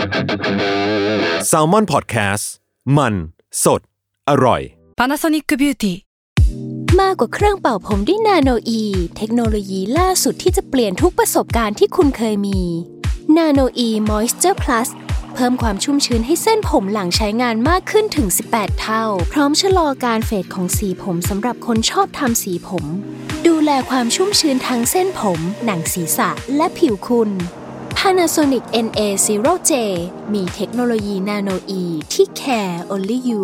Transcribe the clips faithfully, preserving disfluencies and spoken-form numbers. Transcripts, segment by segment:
Salmon Podcast มันสดอร่อย Panasonic Beauty มากกว่าเครื่องเป่าผมด้วยนาโนอีเทคโนโลยีล่าสุดที่จะเปลี่ยนทุกประสบการณ์ที่คุณเคยมีนาโนอีมอยส์เจอร์พลัสเพิ่มความชุ่มชื้นให้เส้นผมหลังใช้งานมากขึ้นถึงสิบแปดเท่าพร้อมชะลอการเฟดของสีผมสำหรับคนชอบทำสีผมดูแลความชุ่มชื้นทั้งเส้นผมหนังศีรษะและผิวคุณ Panasonic เอ็น เอ ศูนย์ เจ มีเทคโนโลยีนาโนอีที่ care only you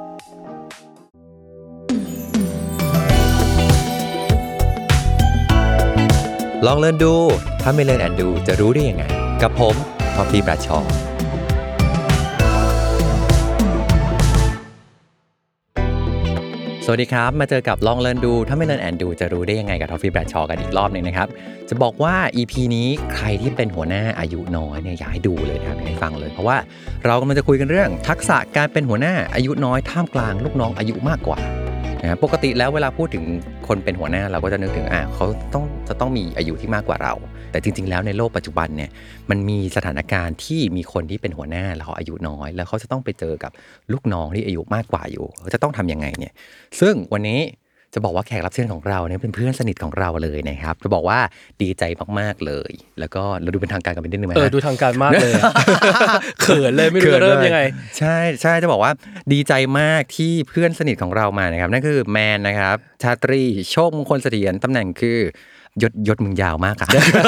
ลองเรียนดูถ้าไม่เรียนแอนดูจะรู้ได้ยังไงกับผมท็อปปี้ปราชญ์สวัสดีครับมาเจอกับลองเรียนดูถ้าไม่เรียนแอนดูจะรู้ได้ยังไงกับท็อปปี้ปราชญ์กันอีกรอบนึงนะครับจะบอกว่า อี พี นี้ใครที่เป็นหัวหน้าอายุน้อยเนี่ยอยากให้ดูเลยนะครับให้ฟังเลยเพราะว่าเรากำลังจะคุยกันเรื่องทักษะการเป็นหัวหน้าอายุน้อยท่ามกลางลูกน้องอายุมากกว่านะปกติแล้วเวลาพูดถึงคนเป็นหัวหน้าเราก็จะนึกถึงอ่ะเขาต้องจะต้องมีอายุที่มากกว่าเราแต่จริงๆแล้วในโลกปัจจุบันเนี่ยมันมีสถานการณ์ที่มีคนที่เป็นหัวหน้าแล้วเขาอายุน้อยแล้วเขาจะต้องไปเจอกับลูกน้องที่อายุมากกว่าอยู่เขาจะต้องทำยังไงเนี่ยซึ่งวันนี้จะบอกว่าแขกรับเชิญของเราเนี่ยเป็นเพื่อนสนิทของเราเลยนะครับจะบอกว่าดีใจมากๆเลยแล้วก็เราดูเป็นทางการกันไปนิดนึงไหมเออดูทางการมากเลย เขินเลยไม่รู้จะเริ่มยังไงใช่ใช่จะบอกว่าดีใจมากที่เพื่อนสนิทของเรามานะครับนั่นคือแมนนะครับชาตรีโชคมงคลเสถียรตำแหน่งคือยศยศมึงยาวมากอ่ะ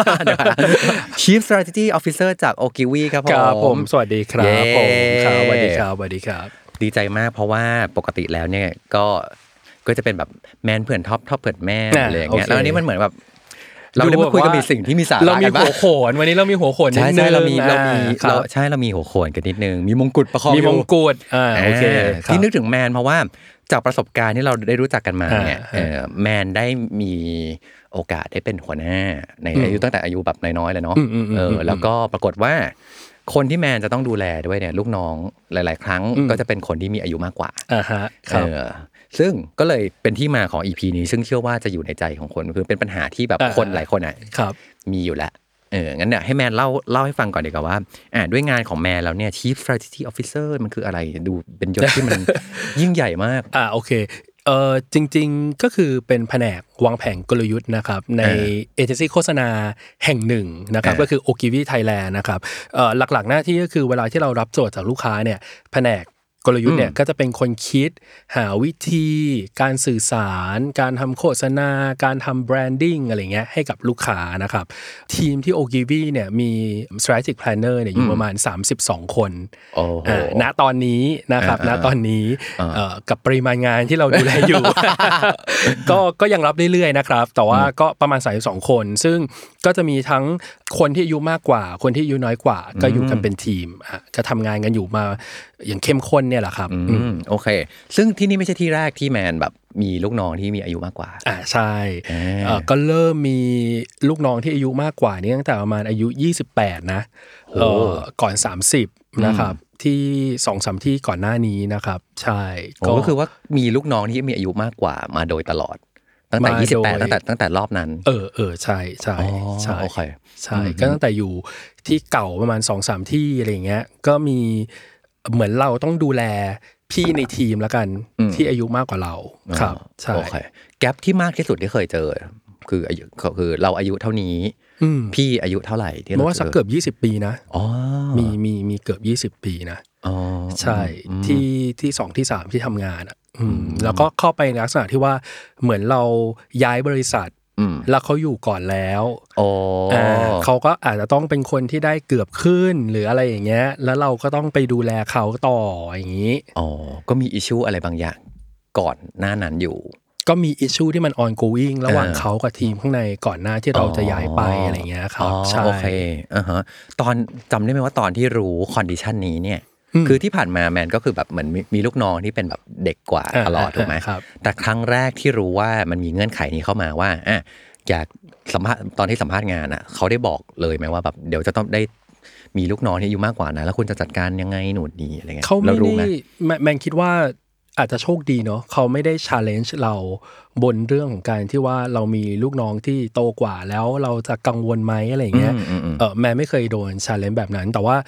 Chief Strategy Officer จาก Okiwi ครับผมครับผมสวัสดีครับผมครับสวัสดีครับสวัสดีครับดีใจมากเพราะว่าปกติแล้วเนี่ยก็ก็จะเป็นแบบแมนเพื่อนท็อปท็อปเพื่อนแม่อะไรอย่างเงี้ยแล้วอันนี้มันเหมือนแบบเราได้มาคุยกันมีสิ่งที่มีสาระเรามีหัวโขนวันนี้เรามีหัวโขนนิดนึงใช่เรามีเรามีเราใช่เรามีหัวโขนกันนิดนึงมีมงกุฎประคองมีมงกุฎอ่าโอเคที่นึกถึงแมนเพราะว่าจากประสบการณ์ที่เราได้รู้จักกันมาเนี่ยแมนได้มีโอกาสได้เป็นหัวหน้าในอายุตั้งแต่อายุแบบน้อยๆเลยเนาะเออแล้วก็ปรากฏว่าคนที่แมนจะต้องดูแลด้วยเนี่ยลูกน้องหลายๆครั้งก็จะเป็นคนที่มีอายุมากกว่าอ่าฮะครับซึ่งก็เลยเป็นที่มาของ อี พี นี้ซึ่งเชื่อว่าจะอยู่ในใจของคนคือเป็นปัญหาที่แบบคนหลายคนอ่ะมีอยู่แล้วเอองั้นเนี่ยให้แมนเล่าเล่าให้ฟังก่อนดีกว่าว่าอ่าด้วยงานของแมนแล้วเนี่ย Chief Strategy Officer มันคืออะไรดูเป็นยศที่มันยิ่งใหญ่มากอ่าโอเคเอ่อจริงๆก็คือเป็นแผนกวางแผนกลยุทธ์นะครับในเอเจนซี่โฆษณาแห่งหนึ่งนะครับก็คือ Okiwi Thailand นะครับเอ่อหลักๆหน้าที่ก็คือเวลาที่เรารับโจทย์จากลูกค้าเนี่ยแผนกกลยุทธ์เนี่ยก็จะเป็นคนคิดหาวิธีการสื่อสารการทำโฆษณาการทำแบรนดิ้งอะไรเงี้ยให้กับลูกค้านะครับทีมที่ Okiwi เนี่ยมี strategic planner เนี่ยอยู่ประมาณสามสิบสองคนอ่าณตอนนี้นะครับณตอนนี้เอ่อกับปริมาณงานที่เราดูแลอยู่ ก็ก็ยังรับเรื่อยๆนะครับแต่ว่าก็ประมาณสามสิบสองคนซึ่งก็จะมีทั้งคนที่อายุมากกว่าคนที่อายุน้อยกว่าก็อยู่กันเป็นทีมอ่ะก็ทำงานกันอยู่มาอย่างเข้มข้นเนี่ยแหละครับอืมโอเคซึ่งที่นี่ไม่ใช่ที่แรกที่แมนแบบมีลูกน้องที่มีอายุมากกว่าอ่าใช่เอ่อก็เริ่มมีลูกน้องที่อายุมากกว่านี่ตั้งแต่ประมาณอายุยี่สิบแปดนะเอ่อก่อนสามสิบนะครับที่ สองสาม ที่ก่อนหน้านี้นะครับใช่ก็คือว่ามีลูกน้องที่มีอายุมากกว่ามาโดยตลอดตั้งแต่ยี่สิบแปดตั้งแต่ตั้งแต่รอบนั้นเออเออใช่ใช่ใช่โอเคใช่ก็ตั้งแต่อยู่ที่เก่าประมาณ สองสาม ที่อะไรอย่างเงี้ยก็มีเหมือนเราต้องดูแลพี่ในทีมแล้วกันที่อายุมากกว่าเราครับใช่โอเคแกปที่มากที่สุดที่เคยเจอคืออายุคือเราอายุเท่านี้พี่อายุเท่าไหร่ที่เราเจอว่าสักเกือบยี่สิบปีนะอ๋อมีมีมีเกือบยี่สิบปีนะอ๋อใช่ที่ที่สองที่สามที่ทำงานอ่ะอืมแล้วก็เข้าไปในลักษณะที่ว่าเหมือนเราย้ายบริษัทแล้วเขาอยู่ก่อนแล้วอ๋อเขาก็อาจจะต้องเป็นคนที่ได้เกือบขึ้นหรืออะไรอย่างเงี้ยแล้วเราก็ต้องไปดูแลเขาต่ออย่างงี้อ๋อก็มีอิชชูอะไรบางอย่างก่อนหน้านั้นอยู่ก็มีอิชชูที่มัน ongoing ระหว่างเขากับทีมข้างในก่อนหน้าที่เราจะย้ายไปอะไรเงี้ยครับใช่โอเคอ่าฮะตอนจำได้ไหมว่าตอนที่รู้คอนดิชันนี้เนี่ยคือที่ผ่านมาแมนก็คือแบบเหมือนมีลูกน้องที่เป็นแบบเด็กกว่าตลอดถูกไหมแต่ครั้งแรกที่รู้ว่ามันมีเงื่อนไขนี้เข้ามาว่าอ่ะอยากสัมภาษณ์ตอนที่สัมภาษณ์งานอ่ะเขาได้บอกเลยไหมว่าแบบเดี๋ยวจะต้องได้มีลูกน้องที่อายุมากกว่านะแล้วคุณจะจัดการยังไงหนูนี่อะไรเงี้ยเขาไม่ได้แมนคิดว่าอาจจะโชคดีเนาะเขาไม่ได้ challenge เราบนเรื่องของการที่ว่าเรามีลูกน้องที่โตกว่าแล้วเราจะกังวลไหมอะไรเงี้ยเออแมนไม่เคยโดน challenge แบบนั้นแต่ว่า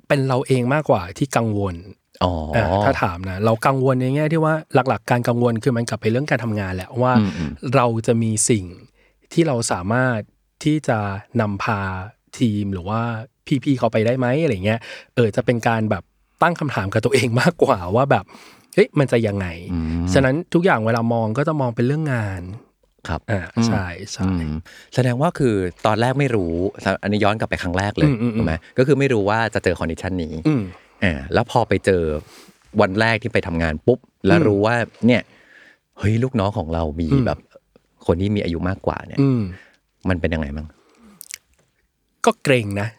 เป็นเราเองมากกว่าที่กังวลอ๋อถ้าถามนะเรากังวลในแง่ที่ว่าหลักๆการกังวลคือมันกลับไปเรื่องการทำงานแหละว่าเราจะมีสิ่งที่เราสามารถที่จะนำพาทีมหรือว่าพี่ๆเขาไปได้ไหมอะไรเงี้ยเออจะเป็นการแบบตั้งคำถามกับตัวเองมากกว่าว่าแบบเฮ้ยมันจะยังไงฉะนั้นทุกอย่างเวลามองก็จะมองเป็นเรื่องงานครับอ่าใช่ใช่แสดงว่าคือตอนแรกไม่รู้อันนี้ย้อนกลับไปครั้งแรกเลยถูกไหมก็คือไม่รู้ว่าจะเจอคอนดิชันนี้อ่าแล้วพอไปเจอวันแรกที่ไปทำงานปุ๊บแล้วรู้ว่าเนี่ยเฮ้ยลูกน้องของเรามีแบบคนที่มีอายุมากกว่าเนี่ยมันเป็นยังไงบ้างก็เกรงนะ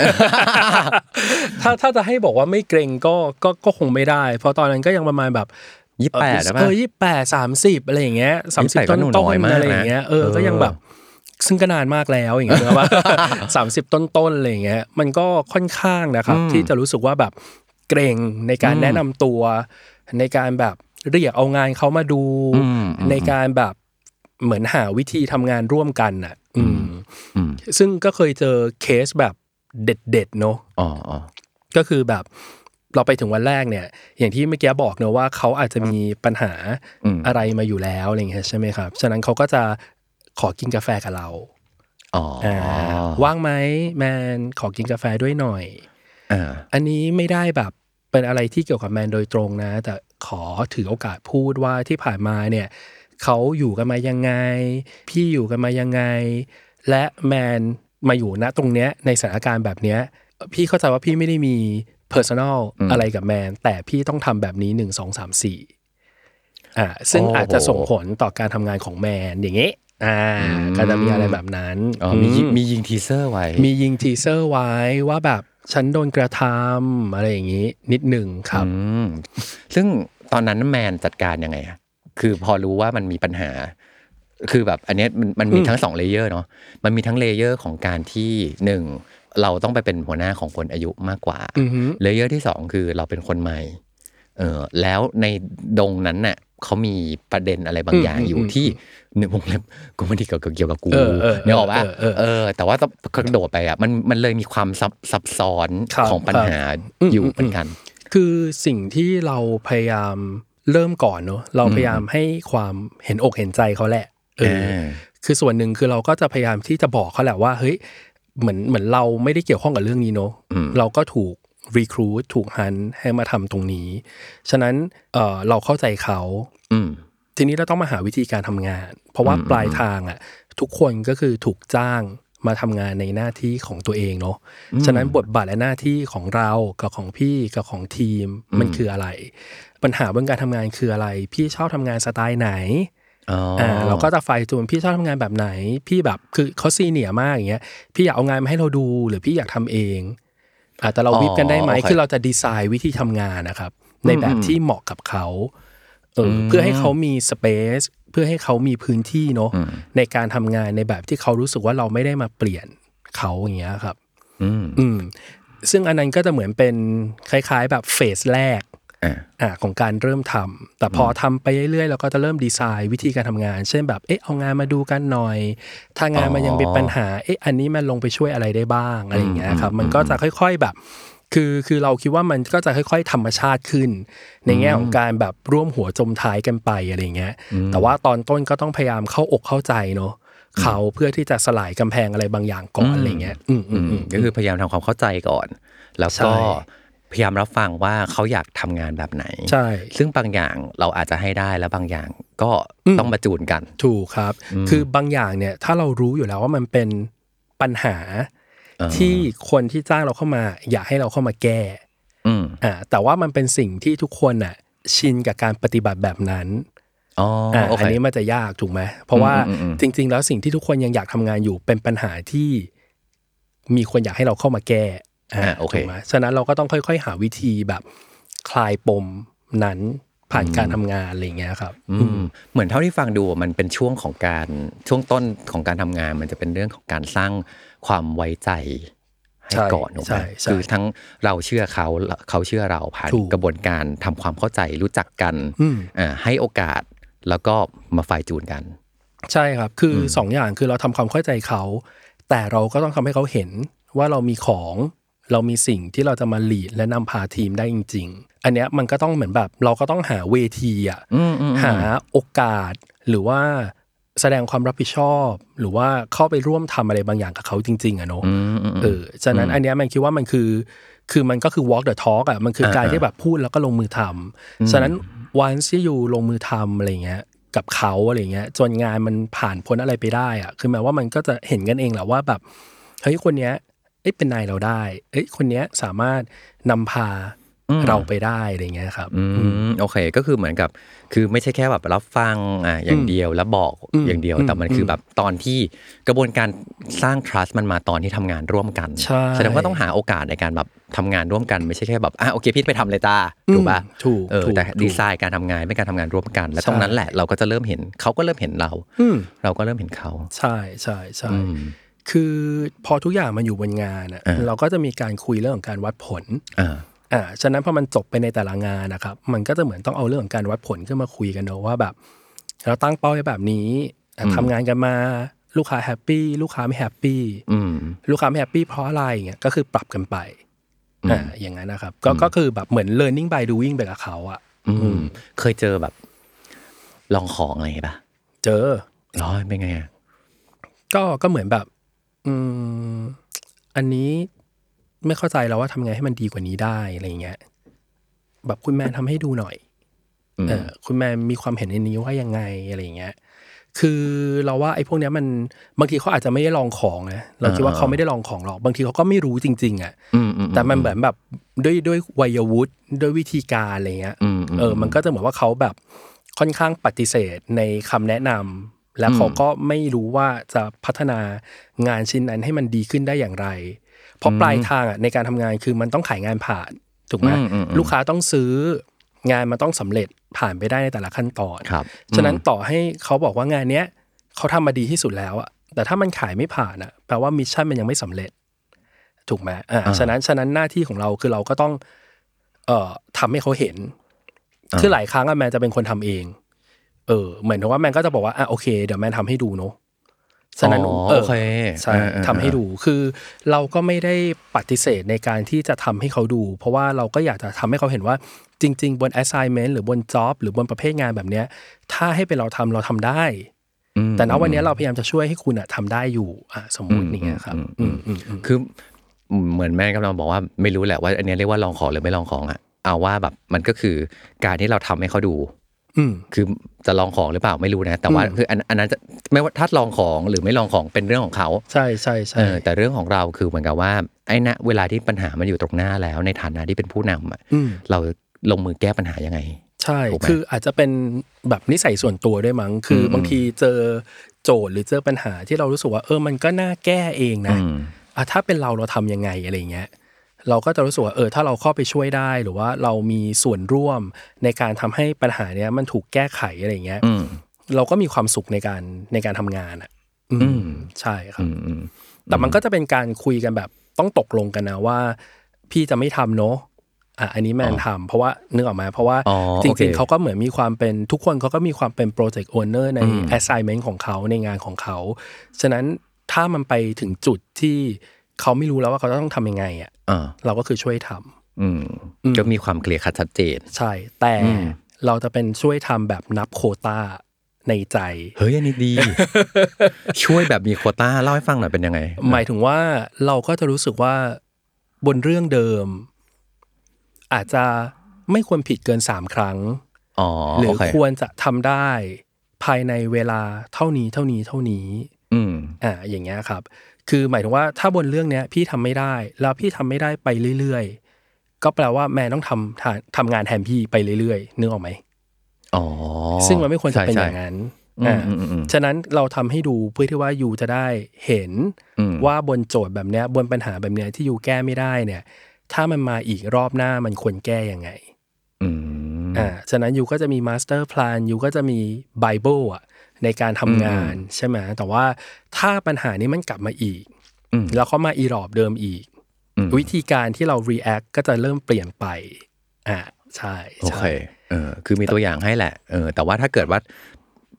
ถ้าถ้าจะให้บอกว่าไม่เกรงก็ก็ก็คงไม่ได้เพราะตอนนั้นก็ยังประมาณแบบยี่สิบแปดเออยี่สิบแปด สามสิบอะไรอย่างเงี้ยสามสิบต้นๆอะไรอย่างเงี้ยเออก็ยังแบบซึ่งก็นานมากแล้วอย่างเงี้ยว่าสามสิบต้นๆอะไรอย่างเงี้ยมันก็ค่อนข้างนะครับที่จะรู้สึกว่าแบบเกรงในการแนะนำตัวในการแบบเรียกเอางานเขามาดูในการแบบเหมือนหาวิธีทำงานร่วมกันน่ะอืมซึ่งก็เคยเจอเคสแบบเด็ดๆเนาะอ๋อก็คือแบบเราไปถึงวันแรกเนี่ยอย่างที่เมื่อกี้บอกเนอะว่าเขาอาจจะมีปัญหาอะไรมาอยู่แล้วอะไรเงี้ยใช่ไหมครับฉะนั้นเขาก็จะขอกินกาแฟกับเราอ๋อว่างไหมแมนขอกินกาแฟด้วยหน่อยอ่าอันนี้ไม่ได้แบบเป็นอะไรที่เกี่ยวกับแมนโดยตรงนะแต่ขอถือโอกาสพูดว่าที่ผ่านมาเนี่ยเขาอยู่กันมายังไงพี่อยู่กันมายังไงและแมนมาอยู่ณตรงเนี้ยในสถานการณ์แบบเนี้ยพี่เข้าใจว่าพี่ไม่ได้มี personal อะไรกับแมนแต่พี่ต้องทำแบบนี้หนึ่ง สอง สาม สี่อ่าซึ่งอาจจะส่งผลต่อการทำงานของแมนอย่างงี้อ่าก็จะมีอะไรแบบนั้นอ๋อมีมียิงทีเซอร์ไว้มียิงทีเซอร์ไว้ว่าแบบฉันโดนกระทำอะไรอย่างงี้นิดหนึ่งครับซึ่งตอนนั้นแมนจัดการยังไงอะคือพอรู้ว่ามันมีปัญหาคือแบบอันนี้มันมันมีทั้งสองเลเยอร์เนาะมันมีทั้งเลเยอร์ของการที่หนึ่งเราต้องไปเป็นหัวหน้าของคนอายุมากกว่าเลเยอร์ที่สองคือเราเป็นคนใหม่เออแล้วในดงนั้นน่ะเขามีประเด็นอะไรบางอย่างอยู่ที่ในวงเล็บกูไม่ได้เกี่ยวกับเกี่ยวกับกูเนี่ยออกป่ะเออแต่ว่าต้องกระโดดไปอ่ะมันมันเลยมีความซับซับซ้อนของปัญหาอยู่เหมือนกันคือสิ่งที่เราพยายามเริ่มก่อนเนอะเราพยายามให้ความเห็นอกเห็นใจเขาแหละเออคือส่วนหนึ่งคือเราก็จะพยายามที่จะบอกเขาแหละว่าเฮ้ยเหมือนเหมือนเราไม่ได้เกี่ยวข้องกับเรื่องนี้เนอะเราก็ถูกรีครูทถูกฮันให้มาทำตรงนี้ฉะนั้นเออเราเข้าใจเขาทีนี้เราต้องมาหาวิธีการทำงานเพราะว่าปลายทางอ่ะทุกคนก็คือถูกจ้างมาทำงานในหน้าที่ของตัวเองเนาะฉะนั้นบทบาทและหน้าที่ของเรากับของพี่กับของทีมมันคืออะไรปัญหาเรื่องการทำงานคืออะไรพี่ชอบทำงานสไตล์ไหนอ่าเราก็จะไฟจูนพี่ชอบทำงานแบบไหนพี่แบบคือเขาซีเนียร์มากอย่างเงี้ยพี่อยากเอางานมาให้เราดูหรือพี่อยากทำเองอ่าแต่เราวิปกันได้ไหมคือเราจะดีไซน์วิธีทำงานนะครับในแบบที่เหมาะกับเขาเออเพื่อให้เขามีสเปซเพื่อให้เขามีพื้นที่เนาะในการทำงานในแบบที่เขารู้สึกว่าเราไม่ได้มาเปลี่ยนเขาอย่างเงี้ยครับอืมซึ่งอันนั้นก็จะเหมือนเป็นคล้ายๆแบบเฟสแรกอ่าของการเริ่มทำแต่พอทำไปเรื่อยๆเราก็จะเริ่มดีไซน์วิธีการทำงานเช่นแบบเอ๊ะเอางานมาดูกันหน่อยถ้างานมันยังเป็นปัญหาเอ๊ะอันนี้มันลงไปช่วยอะไรได้บ้างอะไรอย่างเงี้ยครับมันก็จะค่อยๆแบบคือคือเราคิดว่ามันก็จะค่อยๆธรรมชาติขึ้นในแง่ของการแบบร่วมหัวจมท้ายกันไปอะไรเงี้ยแต่ว่าตอนต้นก็ต้องพยายามเข้าอกเข้าใจเนาะเขาเพื่อที่จะสลายกำแพงอะไรบางอย่างก่อนอะไรเงี้ยอืมอืมก็คือพยายามทำความเข้าใจก่อนแล้วก็พยายามรับฟังว่าเขาอยากทำงานแบบไหนใช่ซึ่งบางอย่างเราอาจจะให้ได้แล้วบางอย่างก็ต้องมาจูนกันถูกครับคือบางอย่างเนี่ยถ้าเรารู้อยู่แล้วว่ามันเป็นปัญหาที่คนที่จ้างเราเข้ามาอยากให้เราเข้ามาแก้อ่าแต่ว่ามันเป็นสิ่งที่ทุกคนอ่ะชินกับการปฏิบัติแบบนั้นอ๋ออันนี้มันจะยากถูกไหมเพราะว่าจริงๆแล้วสิ่งที่ทุกคนยังอยากทำงานอยู่เป็นปัญหาที่มีคนอยากให้เราเข้ามาแก้อ่าโอเคฉะนั้นเราก็ต้องค่อยๆหาวิธีแบบคลายปมนั้นผ่านการทำงานอะไรเงี้ยครับเหมือนเท่าที่ฟังดูมันเป็นช่วงของการช่วงต้นของการทำงานมันจะเป็นเรื่องของการสร้างความไว้ใจให้ก่อนถูกไหมคือทั้งเราเชื่อเขาเขาเชื่อเราผ่านกระบวนการทำความเข้าใจรู้จักกันอ่าให้โอกาสแล้วก็มาฝ่ายจูนกันใช่ครับคือสองอย่างคือเราทำความเข้าใจเขาแต่เราก็ต้องทำให้เขาเห็นว่าเรามีของเรามีสิ่งที่เราจะมาลีดและนำพาทีมได้จริงๆอันเนี้ยมันก็ต้องเหมือนแบบเราก็ต้องหาเวทีอ่ะหาโอกาสหรือว่าแสดงความรับผิดชอบหรือว่าเข้าไปร่วมทำอะไรบางอย่างกับเขาจริงๆอ่ะเนาะเออฉะนั้นอันเนี้ยมันคิดว่ามันคือคือมันก็คือ walk the talk อ่ะมันคือการที่แบบพูดแล้วก็ลงมือทำฉะนั้นวันที่อยู่ลงมือทำอะไรเงี้ยกับเขาอะไรเงี้ยจนงานมันผ่านพ้นอะไรไปได้อ่ะคือหมายว่ามันก็จะเห็นกันเองแหละว่าแบบเฮ้ยคนเนี้ยเอ้ยเป็นนายเราได้เอ้ยคนเนี้ยสามารถนำพาเราไปได้อะไรเงี้ยครับอืมโอเคก็คือเหมือนกับคือไม่ใช่แค่แบบรับฟังอ่ะอย่างเดียวแล้วบอกอย่างเดียวแต่มันคือแบบตอนที่กระบวนการสร้าง trust มันมาตอนที่ทำงานร่วมกันแสดงว่าต้องหาโอกาสในการแบบทำงานร่วมกันไม่ใช่แค่แบบอ่ะโอเคพี่ไปทำเลยจ้าถูกป่ะถูกเออแต่ดีไซน์การทำงานเป็นการทำงานร่วมกันแล้วตรงนั้นแหละเราก็จะเริ่มเห็นเขาก็เริ่มเห็นเราเราก็เริ่มเห็นเขาใช่ใช่ใช่คือพอทุกอย่างมันอยู่บนงานอ่ะเราก็จะมีการคุยเรื่องของการวัดผลอ่าอ่าฉะนั้นพอมันจบไปในแต่ละงานนะครับมันก็จะเหมือนต้องเอาเรื่องของการวัดผลขึ้นมาคุยกันเนอะว่าแบบเราตั้งเป้าไว้แบบนี้ทำงานกันมาลูกค้าแฮปปี้ลูกค้าไม่แฮปปี้ลูกค้าไม่แฮปปี้เพราะอะไรเงี้ยก็คือปรับกันไปอ่าอย่างนั้นนะครับก็ก็คือแบบเหมือน learning by doing ไปกับเขาอ่ะเคยเจอแบบลองของอะไรป่ะเจอร้อยเป็นไงก็ก็เหมือนแบบอืมอันนี้ไม่เข้าใจแล้วว่าทำไงให้มันดีกว่านี้ได้อะไรเงี้ยแบบคุณแม่ทำให้ดูหน่อยเออคุณแม่มีความเห็นในนี้ว่ายังไงอะไรเงี้ยคือเราว่าไอ้พวกเนี้ยมันบางทีเขาอาจจะไม่ได้ลองของนะเราคิดว่าเขาไม่ได้ลองของหรอกบางทีเขาก็ไม่รู้จริงๆอ่ะแต่มันเหมือนแบบด้วยด้วยวัยวุฒิด้วยวิธีการอะไรเงี้ยเออมันก็จะเหมือนว่าเขาแบบค่อนข้างปฏิเสธในคำแนะนำและเขาก็ไม่รู้ว่าจะพัฒนางานชิ้นนั้นให้มันดีขึ้นได้อย่างไรเพราะปลายทางอ่ะในการทำงานคือมันต้องขายงานผ่านถูกไหมลูกค้าต้องซื้องานมันต้องสำเร็จผ่านไปได้ในแต่ละขั้นตอนฉะนั้นต่อให้เขาบอกว่างานเนี้ยเขาทำมาดีที่สุดแล้วอ่ะแต่ถ้ามันขายไม่ผ่านอ่ะแปลว่ามิชชั่นมันยังไม่สำเร็จถูกไหมอ่าฉะนั้นฉะนั้นหน้าที่ของเราคือเราก็ต้องเอ่อทำให้เขาเห็นคือหลายครั้งอะแมนจะเป็นคนทำเองเออเหมือนว่าแมนก็จะบอกว่าอ่ะโอเคเดี๋ยวแมนทำให้ดูเนาะฉะนั้นเออใช่ทำให้ดูคือเราก็ไม่ได้ปฏิเสธในการที่จะทำให้เขาดูเพราะว่าเราก็อยากจะทำให้เขาเห็นว่าจริงๆบน assignment หรือบน job หรือบนประเภทงานแบบเนี้ยถ้าให้เป็นเราทำเราทำได้แต่ณวันนี้เราพยายามจะช่วยให้คุณอะทำได้อยู่อ่ะสมมุติอย่างเงี้ยครับคือเหมือนแม่กำลังบอกว่าไม่รู้แหละว่าอันนี้เรียกว่าลองของหรือไม่ลองของอ่ะเอาว่าแบบมันก็คือการที่เราทำให้เขาดูคือจะลองของหรือเปล่าไม่รู้นะแต่ว่าคืออันนั้นจะไม่ว่าถ้าลองของหรือไม่ลองของเป็นเรื่องของเขาใช่ใช่ใช่แต่เรื่องของเราคือเหมือนกับว่าไอ้ณเวลาที่ปัญหามันอยู่ตรงหน้าแล้วในฐานะที่เป็นผู้นำอ่ะเราลงมือแก้ปัญหายังไงใช่คืออาจจะเป็นแบบนิสัยส่วนตัวด้วยมั้งคือบางทีเจอโจทย์หรือเจอปัญหาที่เรารู้สึกว่าเออมันก็น่าแก้เองนะอ่ะถ้าเป็นเราเราทำยังไงอะไรเงี้ยเราก็จะรู้สึกว่าเออถ้าเราเข้าไปช่วยได้หรือว่าเรามีส่วนร่วมในการทำให้ปัญหาเนี้ยมันถูกแก้ไขอะไรเงี้ยเราก็มีความสุขในการในการทำงานอ่ะใช่ครับแต่มันก็จะเป็นการคุยกันแบบต้องตกลงกันนะว่าพี่จะไม่ทำเนาะอ่ะอันนี้แมนทำเพราะว่านึกออกมาเพราะว่าจริงๆเขาก็เหมือนมีความเป็นทุกคนเขาก็มีความเป็นโปรเจกต์โอนเนอร์ใน assignment ของเขาในงานของเขาฉะนั้นถ้ามันไปถึงจุดที่เขาไม่รู้แล้วว่าเขาต้องทำยังไงอ่ะเราก็คือช่วยทำก็มีความเคลียร์ชัดชัดเจนใช่แต่เราจะเป็นช่วยทำแบบนับโควต้าในใจเฮ้ยอันนี้ดี ช่วยแบบมีโควต้าเล่าให้ฟังหน่อยเป็นยังไงหมายถึงว่าเราก็จะรู้สึกว่าบนเรื่องเดิมอาจจะไม่ควรผิดเกินสามครั้งหรือควรจะทำได้ภายในเวลาเท่านี้เท่านี้เท่านี้อ่าอย่างเงี้ยครับคือหมายถึงว่าถ้าบนเรื่องเนี้ยพี่ทำไม่ได้แล้วพี่ทำไม่ได้ไปเรื่อยๆก็แปลว่าแม่ต้องทำทำงานแทนพี่ไปเรื่อยๆนึกออกไหมอ๋อซึ่งมันไม่ควรจะเป็นอย่างนั้นอ่าฉะนั้นเราทำให้ดูเพื่อที่ว่ายูจะได้เห็นว่าบนโจทย์แบบเนี้ยบนปัญหาแบบเนี้ยที่ยูแก้ไม่ได้เนี่ยถ้ามันมาอีกรอบหน้ามันควรแก้ยังไงอ่าฉะนั้นยูก็จะมีมาสเตอร์แพลนยูก็จะมีไบเบิลอ่ะในการทำงานใช่ไหมแต่ว่าถ้าปัญหานี้มันกลับมาอีกแล้วเขามาอีรอบเดิมอีกวิธีการที่เรา react ก็จะเริ่มเปลี่ยนไปอ่าใช่โอเคเออคือมีตัวอย่างให้แหละเออแต่ว่าถ้าเกิดว่า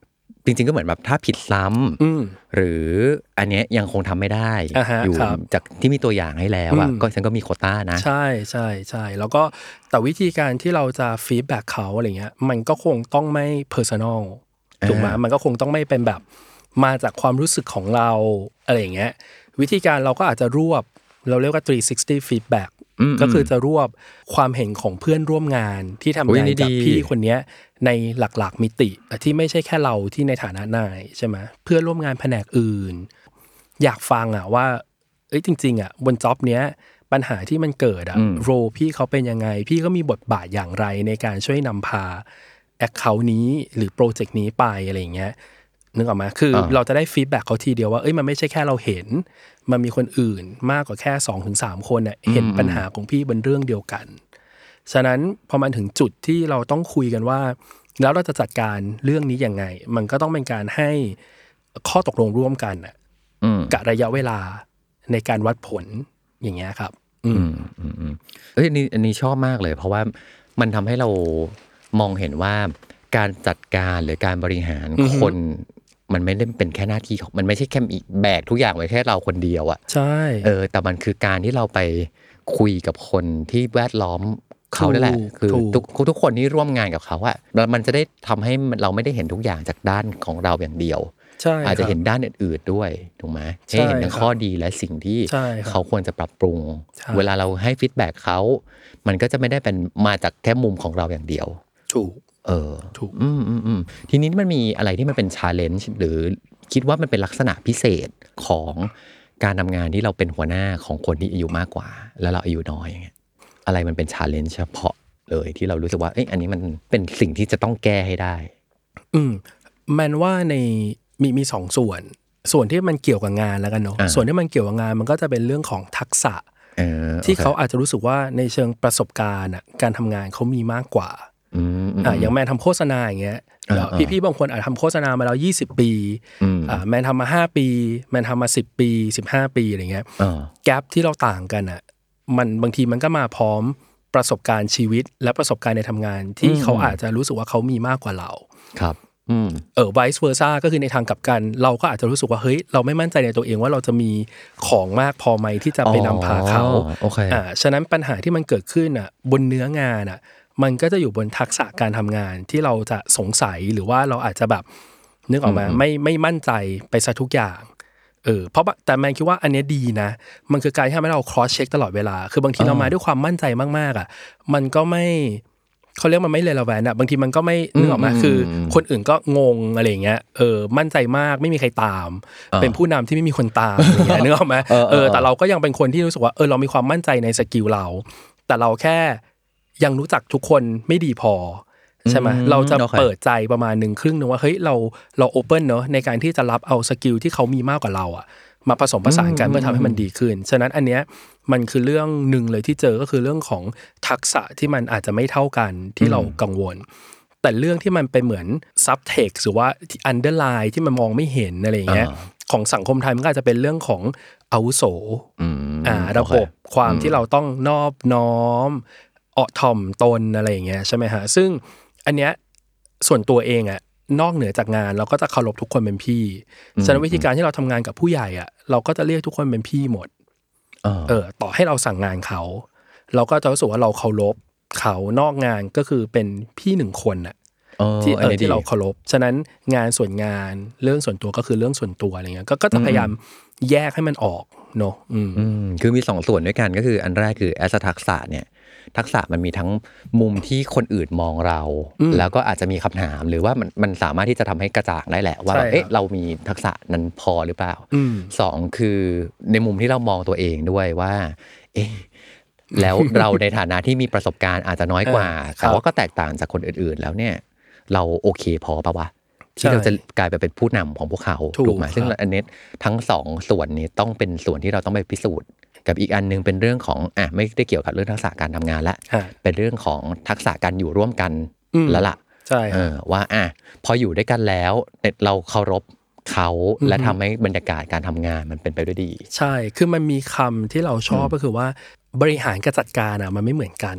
จริงๆก็เหมือนแบบถ้าผิดซ้ำหรืออันเนี้ยยังคงทำไม่ได้อยู่จากที่มีตัวอย่างให้แล้วอ่ะก็ฉันก็มีโควต้านะใช่ใช่ใช่แล้วก็แต่วิธีการที่เราจะฟีดแบ็กเขาอะไรเงี้ยมันก็คงต้องไม่เพอร์ซันอลถูกไหมมันก็คงต้องไม่เป็นแบบมาจากความรู้สึกของเราอะไรอย่างเงี้ยวิธีการเราก็อาจจะรวบเราเรียกว่าสามร้อยหกสิบ feedback ก็คือจะรวบความเห็นของเพื่อนร่วมงานที่ทำงานกับพี่คนนี้ในหลักๆมิติที่ไม่ใช่แค่เราที่ในฐานะนายใช่ไหมเพื่อนร่วมงานแผนกอื่นอยากฟังอ่ะว่าเอ้ยจริงๆอ่ะบนจ็อบเนี้ยปัญหาที่มันเกิดอ่ะโรพี่เขาเป็นยังไงพี่ก็มีบทบาทอย่างไรในการช่วยนำพาแอคเคาท์นี้หรือโปรเจกต์นี้ไปอะไรอย่างเงี้ยนึกออกไหมคือเราจะได้ฟีดแบ็กเขาทีเดียวว่าเอ้ยมันไม่ใช่แค่เราเห็นมันมีคนอื่นมากกว่าแค่ สองถึงสาม คนเนี่ยเห็นปัญหาของพี่บนเรื่องเดียวกันฉะนั้นพอมันถึงจุดที่เราต้องคุยกันว่าแล้วเราจะจัดการเรื่องนี้ยังไงมันก็ต้องเป็นการให้ข้อตกลงร่วมกันน่ะกับระยะเวลาในการวัดผลอย่างเงี้ยครับอืมอืมเอ้ยอันนี้อันนี้ชอบมากเลยเพราะว่ามันทำให้เรามองเห็นว่าการจัดการหรือการบริหารคนมันไม่ได้เป็นแค่หน้าที่ของมันไม่ใช่แค่แบกทุกอย่างไว้แค่เราคนเดียวอ่ะใช่เออแต่มันคือการที่เราไปคุยกับคนที่แวดล้อมเขานั่นแหละคือทุกทุกคนที่ร่วมงานกับเขาอะแล้วมันจะได้ทำให้เราไม่ได้เห็นทุกอย่างจากด้านของเราอย่างเดียวอาจจะเห็นด้านอื่นๆด้วยถูกไหมให้เห็นทั้งข้อดีและสิ่งที่เขาควรจะปรับปรุงเวลาเราให้ฟีดแบ็กเขามันก็จะไม่ได้เป็นมาจากแค่มุมของเราอย่างเดียวถูกเออถูกอืมอืมอืมทีนี้มันมีอะไรที่มันเป็น challenge หรือคิดว่ามันเป็นลักษณะพิเศษของการทำงานที่เราเป็นหัวหน้าของคนที่อายุมากกว่าแล้วเราอายุน้อยอย่างเงี้ยอะไรมันเป็น challenge เฉพาะเลยที่เรารู้สึกว่าเอ้ยอันนี้มันเป็นสิ่งที่จะต้องแก้ให้ได้อืมแม้ว่าในมีมีสองส่วนส่วนที่มันเกี่ยวกับงานแล้วกันเนาะส่วนที่มันเกี่ยวกับงานมันก็จะเป็นเรื่องของทักษะที่เขาอาจจะรู้สึกว่าในเชิงประสบการณ์อ่ะการทำงานเขามีมากกว่าอ่าอย่างแมนทำโฆษณาอย่างเงี้ยพี่ๆบางคนอาจทำโฆษณามาแล้วยี่สิบปีอ่าแมนทำมาห้าปีแมนทำมาสิบปีสิบห้าปีอะไรเงี้ยแกปที่เราต่างกันอ่ะมันบางทีมันก็มาพร้อมประสบการณ์ชีวิตและประสบการณ์ในทำงานที่เขาอาจจะรู้สึกว่าเขามีมากกว่าเราครับเออ vice versa ก็คือในทางกลับกันเราก็อาจจะรู้สึกว่าเฮ้ยเราไม่มั่นใจในตัวเองว่าเราจะมีของมากพอไหมที่จะไปนำพาเขาอ่าฉะนั้นปัญหาที่มันเกิดขึ้นอ่ะบนเนื้องานอ่ะมันก็จะอยู่บนทักษะการทำงานที่เราจะสงสัยหรือว่าเราอาจจะแบบนึกออกมาไม่ไม่มั่นใจไปซะทุกอย่างเออเพราะแต่แมนคิดว่าอันนี้ดีนะมันคือการที่ทำให้เรา cross check ตลอดเวลาคือบางทีเรามาด้วยความมั่นใจมากๆอ่ะมันก็ไม่เขาเรียกมันไม่relevantอ่ะบางทีมันก็ไม่นึกออกมาคือคนอื่นก็งงอะไรอย่างเงี้ยเออมั่นใจมากไม่มีใครตามเป็นผู้นำที่ไม่มีคนตามอย่างเงี้ยนึกออกมั้ยเออแต่เราก็ยังเป็นคนที่รู้สึกว่าเออเรามีความมั่นใจในสกิลเราแต่เราแค่ยังรู้จักทุกคนไม่ดีพอใช่ไหมเราจะเปิดใจประมาณนึงครึ่งนึงว่าเฮ้ยเราเราโอเพ่นเนอะในการที่จะรับเอาสกิลที่เขามีมากกว่าเราอ่ะมาผสมผสานกันเพื่อทำให้มันดีขึ้นฉะนั้นอันเนี้ยมันคือเรื่องหนึ่งเลยที่เจอก็คือเรื่องของทักษะที่มันอาจจะไม่เท่ากันที่เรากังวลแต่เรื่องที่มันเป็นเหมือน subtext หรือว่า underline ที่มันมองไม่เห็นอะไรอย่างเงี้ยของสังคมไทยมันก็อาจจะเป็นเรื่องของอาวุโสอ่าระบบความที่เราต้องนอบน้อมอ่อถ่อมตนอะไรอย่างเงี้ยใช่ไหมฮะซึ่งอันเนี้ยส่วนตัวเองอ่ะนอกเหนือจากงานเราก็จะเคารพทุกคนเป็นพี่ฉะนั้นวิธีการที่เราทำงานกับผู้ใหญ่อ่ะเราก็จะเรียกทุกคนเป็นพี่หมดเออต่อให้เราสั่งงานเขาเราก็จะรู้สึกว่าเราเคารพเขานอกงานก็คือเป็นพี่หนึ่งคนน่ะที่เออที่เราเคารพฉะนั้นงานส่วนงานเรื่องส่วนตัวก็คือเรื่องส่วนตัวอะไรเงี้ยก็ก็จะพยายามแยกให้มันออกเนาะอืมคือมีสองส่วนด้วยกันก็คืออันแรกคือแอสทักษะเนี่ยทักษะมันมีทั้งมุมที่คนอื่นมองเราแล้วก็อาจจะมีคำถามหรือว่ามันมันสามารถที่จะทำให้กระจ่างได้แหละว่าเอ๊ะเรามีทักษะนั้นพอหรือเปล่าสองคือในมุมที่เรามองตัวเองด้วยว่าเอ๊ะแล้วเราในฐานะที่มีประสบการณ์อาจจะน้อยกว่าแต่ว่าก็แตกต่างจากคนอื่นๆแล้วเนี่ยเราโอเคพอป่ะวะที่เราจะกลายไปเป็นผู้นำของพวกเขาถูกไหมซึ่งอันนี้ทั้งสองส่วนนี้ต้องเป็นส่วนที่เราต้องไปพิสูจน์กับอีกอันนึงเป็นเรื่องของอ่ะไม่ได้เกี่ยวกับเรื่องทักษะการทำงานละเป็นเรื่องของทักษะการอยู่ร่วมกันแล้วล่ะใช่เออว่าอ่ะพออยู่ด้วยกันแล้วเราเคารพเขาและทำให้บรรยากาศการทำงานมันเป็นไปด้วยดีใช่คือมันมีคำที่เราชอบก็คือว่าบริหารกับจัดการอ่ะมันไม่เหมือนกัน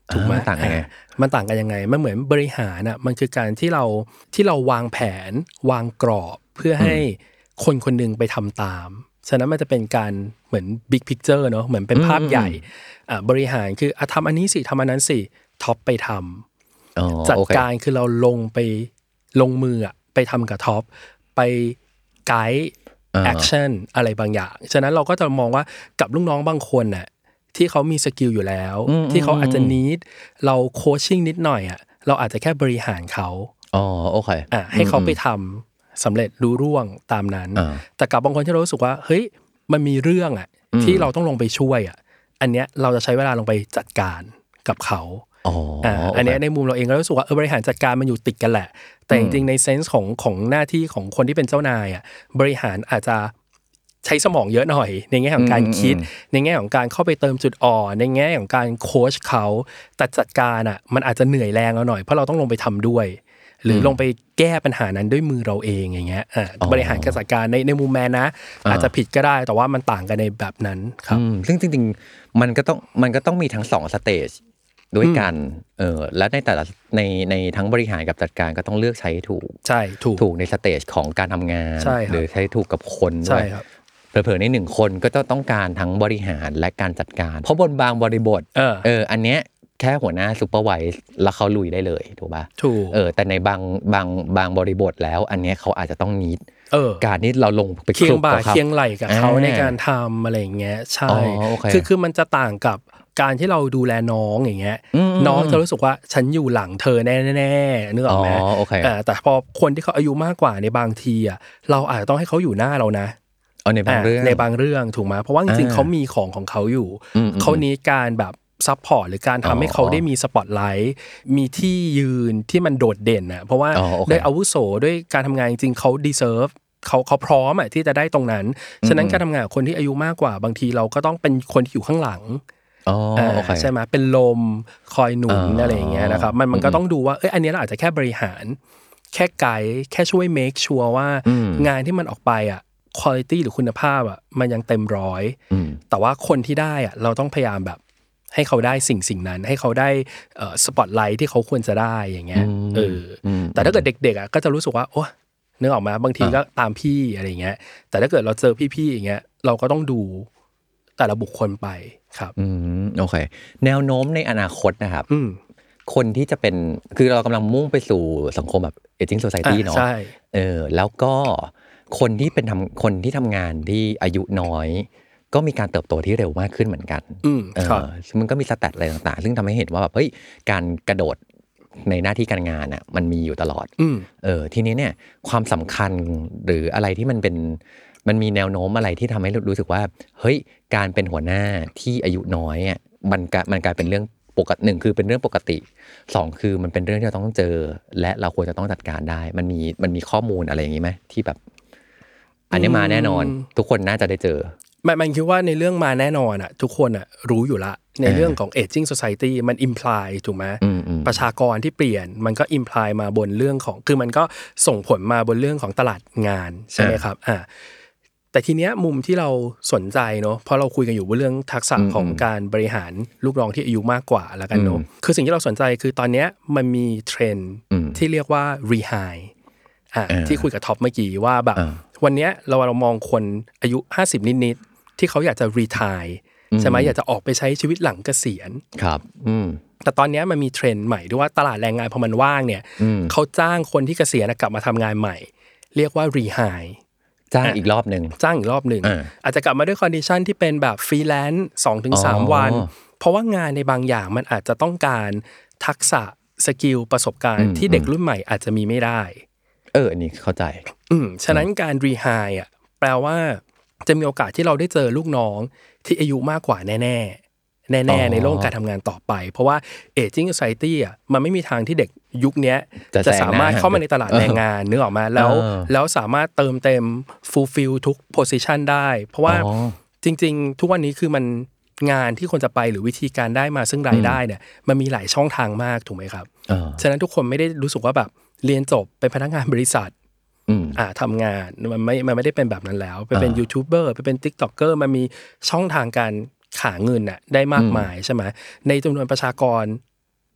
ถูกไหมต่างกันไงมันต่างกันยังไงมันเหมือนบริหารอ่ะมันคือการที่เราที่เราวางแผนวางกรอบเพื่อให้คนคนนึงไปทำตามฉะนั้นมันจะเป็นการเหมือน big picture เนอะเหมือนเป็นภาพใหญ่อ่าบริหารคืออ่ะทำอันนี้สิทำอันนั้นสิท็อปไปทำจัดการคือเราลงไปลงมืออ่ะไปทำกับท็อปไปไกด์แอคชั่นอะไรบางอย่างฉะนั้นเราก็จะมองว่ากับลูกน้องบางคนน่ะที่เขามีสกิลอยู่แล้วที่เขาอาจจะนีดเราโคชชิ่งนิดหน่อยอ่ะเราอาจจะแค่บริหารเขาอ๋อโอเคอ่ะให้เขาไปทำสำเร็จรู้ร่วงตามนั้นแต่กับบางคนที่เรารู้สึกว่าเฮ้ยมันมีเรื่องอ่ะที่เราต้องลงไปช่วยอ่ะอันเนี้ยเราจะใช้เวลาลงไปจัดการกับเขาอ๋ออ่าอันนี้ในมุมเราเองก็รู้สึกว่าเออบริหารจัดการมันอยู่ติดกันแหละแต่จริงๆในเซนส์ของของหน้าที่ของคนที่เป็นเจ้านายอ่ะบริหารอาจจะใช้สมองเยอะหน่อยในแง่ของการคิดในแง่ของการเข้าไปเติมจุดอ่อนในแง่ของการโค้ชเขาแต่จัดการอ่ะมันอาจจะเหนื่อยแรงเราหน่อยเพราะเราต้องลงไปทำด้วยหรือลงไปแก้ปัญหานั้นด้วยมือเราเองอย่างเงี้ยอ่าบริหารการจัดการในในมุมแมนนะอาจจะผิดก็ได้แต่ว่ามันต่างกันในแบบนั้นครับซึ่งจริงๆมันก็ต้องมันก็ต้องมีทั้งสองสเตจด้วยกันเออและในแต่ละในในทั้งบริหารกับจัดการก็ต้องเลือกใช้ถูกใช่ถูกถูกในสเตจของการทำงานหรือใช้ถูกกับคนด้วยเผลอๆในหนึ่งคนก็จะต้องการทั้งบริหารและการจัดการเพราะบนบางบริบทเออเอออันเนี้ยแค่หัวหน้าซูเปอร์ไวส์แล้วเขาลุยได้เลยถูกป่ะถูกเออแต่ในบางบางบางบริบทแล้วอันเนี้ยเขาอาจจะต้องนีดการนี้เราลงไปเคียงบ่าเคียงไหลกับเขาในการทำอะไรอย่างเงี้ยใช่คือคือมันจะต่างกับการที่เราดูแลน้องอย่างเงี้ยน้องจะรู้สึกว่าฉันอยู่หลังเธอแน่ๆนึกออกไหมแต่พอคนที่เขาอายุมากกว่าในบางทีอ่ะเราอาจจะต้องให้เขาอยู่หน้าเรานะในบางเรื่องในบางเรื่องถูกไหมเพราะว่าจริงๆเขามีของของเขาอยู่เขานี้การแบบซัพพอร์ตหรือการทำให้เขาได้มีสปอตไลท์มีที่ยืนที่มันโดดเด่นนะเพราะว่าด้วยอาวุโสด้วยการทำงานจริงๆเขาดีเซิร์ฟเขาเขาพร้อมอ่ะที่จะได้ตรงนั้นฉะนั้นการทำงานคนที่อายุมากกว่าบางทีเราก็ต้องเป็นคนที่อยู่ข้างหลังใช่ไหมเป็นลมคอยหนุนอะไรอย่างเงี้ยนะครับมันมันก็ต้องดูว่าเอ้ยอันนี้เราอาจจะแค่บริหารแค่ไกด์แค่ช่วย make sure ว่างานที่มันออกไปอ่ะquality หรือคุณภาพอ่ะมันยังเต็มร้อยแต่ว่าคนที่ได้อ่ะเราต้องพยายามแบบให้เขาได้สิ่งสิ่งนั้นให้เขาได้เอ่อสปอตไลท์ที่เขาควรจะได้อย่างเงี้ยเออแต่ถ้าเกิดเด็กๆอ่ะก็จะรู้สึกว่าโอ้นึกออกมาบางทีก็ตามพี่อะไรเงี้ยแต่ถ้าเกิดเราเจอพี่ๆอย่างเงี้ยเราก็ต้องดูแต่ละบุคคลไปครับอืมโอเคแนวโน้มในอนาคตนะครับคนที่จะเป็นคือเรากำลังมุ่งไปสู่สังคมแบบ aging society เนาะเออแล้วก็คนที่เป็นทำคนที่ทำงานที่อายุน้อยก็มีการเติบโตที่เร็วมากขึ้นเหมือนกันเออมันก็มีสแตทอะไรต่างๆซึ่งทำให้เห็นว่าแบบเฮ้ยการกระโดดในหน้าที่การงานอ่ะมันมีอยู่ตลอดเออทีนี้เนี่ยความสำคัญหรืออะไรที่มันเป็นมันมีแนวโน้มอะไรที่ทำให้รู้สึกว่าเฮ้ยการเป็นหัวหน้าที่อายุน้อยอ่ะมันมันกลายเป็นเรื่องปกติหนึ่งคือเป็นเรื่องปกติสองคือมันเป็นเรื่องที่เราต้องเจอและเราควรจะต้องจัดการได้มันมีมันมีข้อมูลอะไรอย่างนี้ไหมที่แบบอันนี้มาแน่นอนทุกคนน่าจะได้เจอมันมันคิดว่าในเรื่องมาแน่นอนอ่ะทุกคนอ่ะรู้อยู่ละในเรื่องของ aging society มัน imply ถูกไหมประชากรที่เปลี่ยนมันก็ imply มาบนเรื่องของคือมันก็ส่งผลมาบนเรื่องของตลาดงานใช่ไหมครับอ่าแต่ทีเนี้ยมุมที่เราสนใจเนาะเพราะเราคุยกันอยู่ว่าเรื่องทักษะของการบริหารลูกน้องที่อายุมากกว่าแล้วกันเนาะคือสิ่งที่เราสนใจคือตอนเนี้ยมันมีเทรนด์ที่เรียกว่า rehire อ่าที่คุยกับท็อปเมื่อกี้ว่าแบบวันเนี้ยเราเรามองคนอายุห้าสิบนิดๆที่เขาอยากจะ retire ใช่ไหมอยากจะออกไปใช้ชีวิตหลังเกษียณครับแต่ตอนนี้มันมีเทรนด์ใหม่ด้วยว่าตลาดแรงงานพอมันว่างเนี่ยเขาจ้างคนที่เกษียณกลับมาทำงานใหม่เรียกว่า rehire จ้างอีกรอบนึงจ้างอีกรอบนึงอาจจะกลับมาด้วยคอนดิชันที่เป็นแบบฟรีแลนซ์ สองถึงสาม วันเพราะว่างานในบางอย่างมันอาจจะต้องการทักษะสกิลประสบการณ์ที่เด็กรุ่นใหม่อาจจะมีไม่ได้เอออันนี้เข้าใจอืมฉะนั้นการ rehire อ่ะแปลว่าจะมีโอกาสที่เราได้เจอลูกน้องที่อายุมากกว่าแน่ๆแน่ๆในโลกการทำงานต่อไปเพราะว่า aging society อ่ะมันไม่มีทางที่เด็กยุคนี้จะสามารถเข้ามาในตลาดแรงงานนึกออกมาแล้วแล้วสามารถเติมเต็ม fulfill ทุก position ได้เพราะว่าจริงๆทุกวันนี้คือมันงานที่คนจะไปหรือวิธีการได้มาซึ่งรายได้เนี่ยมันมีหลายช่องทางมากถูกไหมครับฉะนั้นทุกคนไม่ได้รู้สึกว่าแบบเรียนจบเป็นพนักงานบริษัทอ่าทำงานมันไม่มันไม่ได้เป็นแบบนั้นแล้วไปเป็นยูทูบเบอร์ไปเป็น ติ๊กต็อกเกอร์ มันมีช่องทางการหาเงินน่ะได้มากมายใช่ไหมในจำนวนประชากร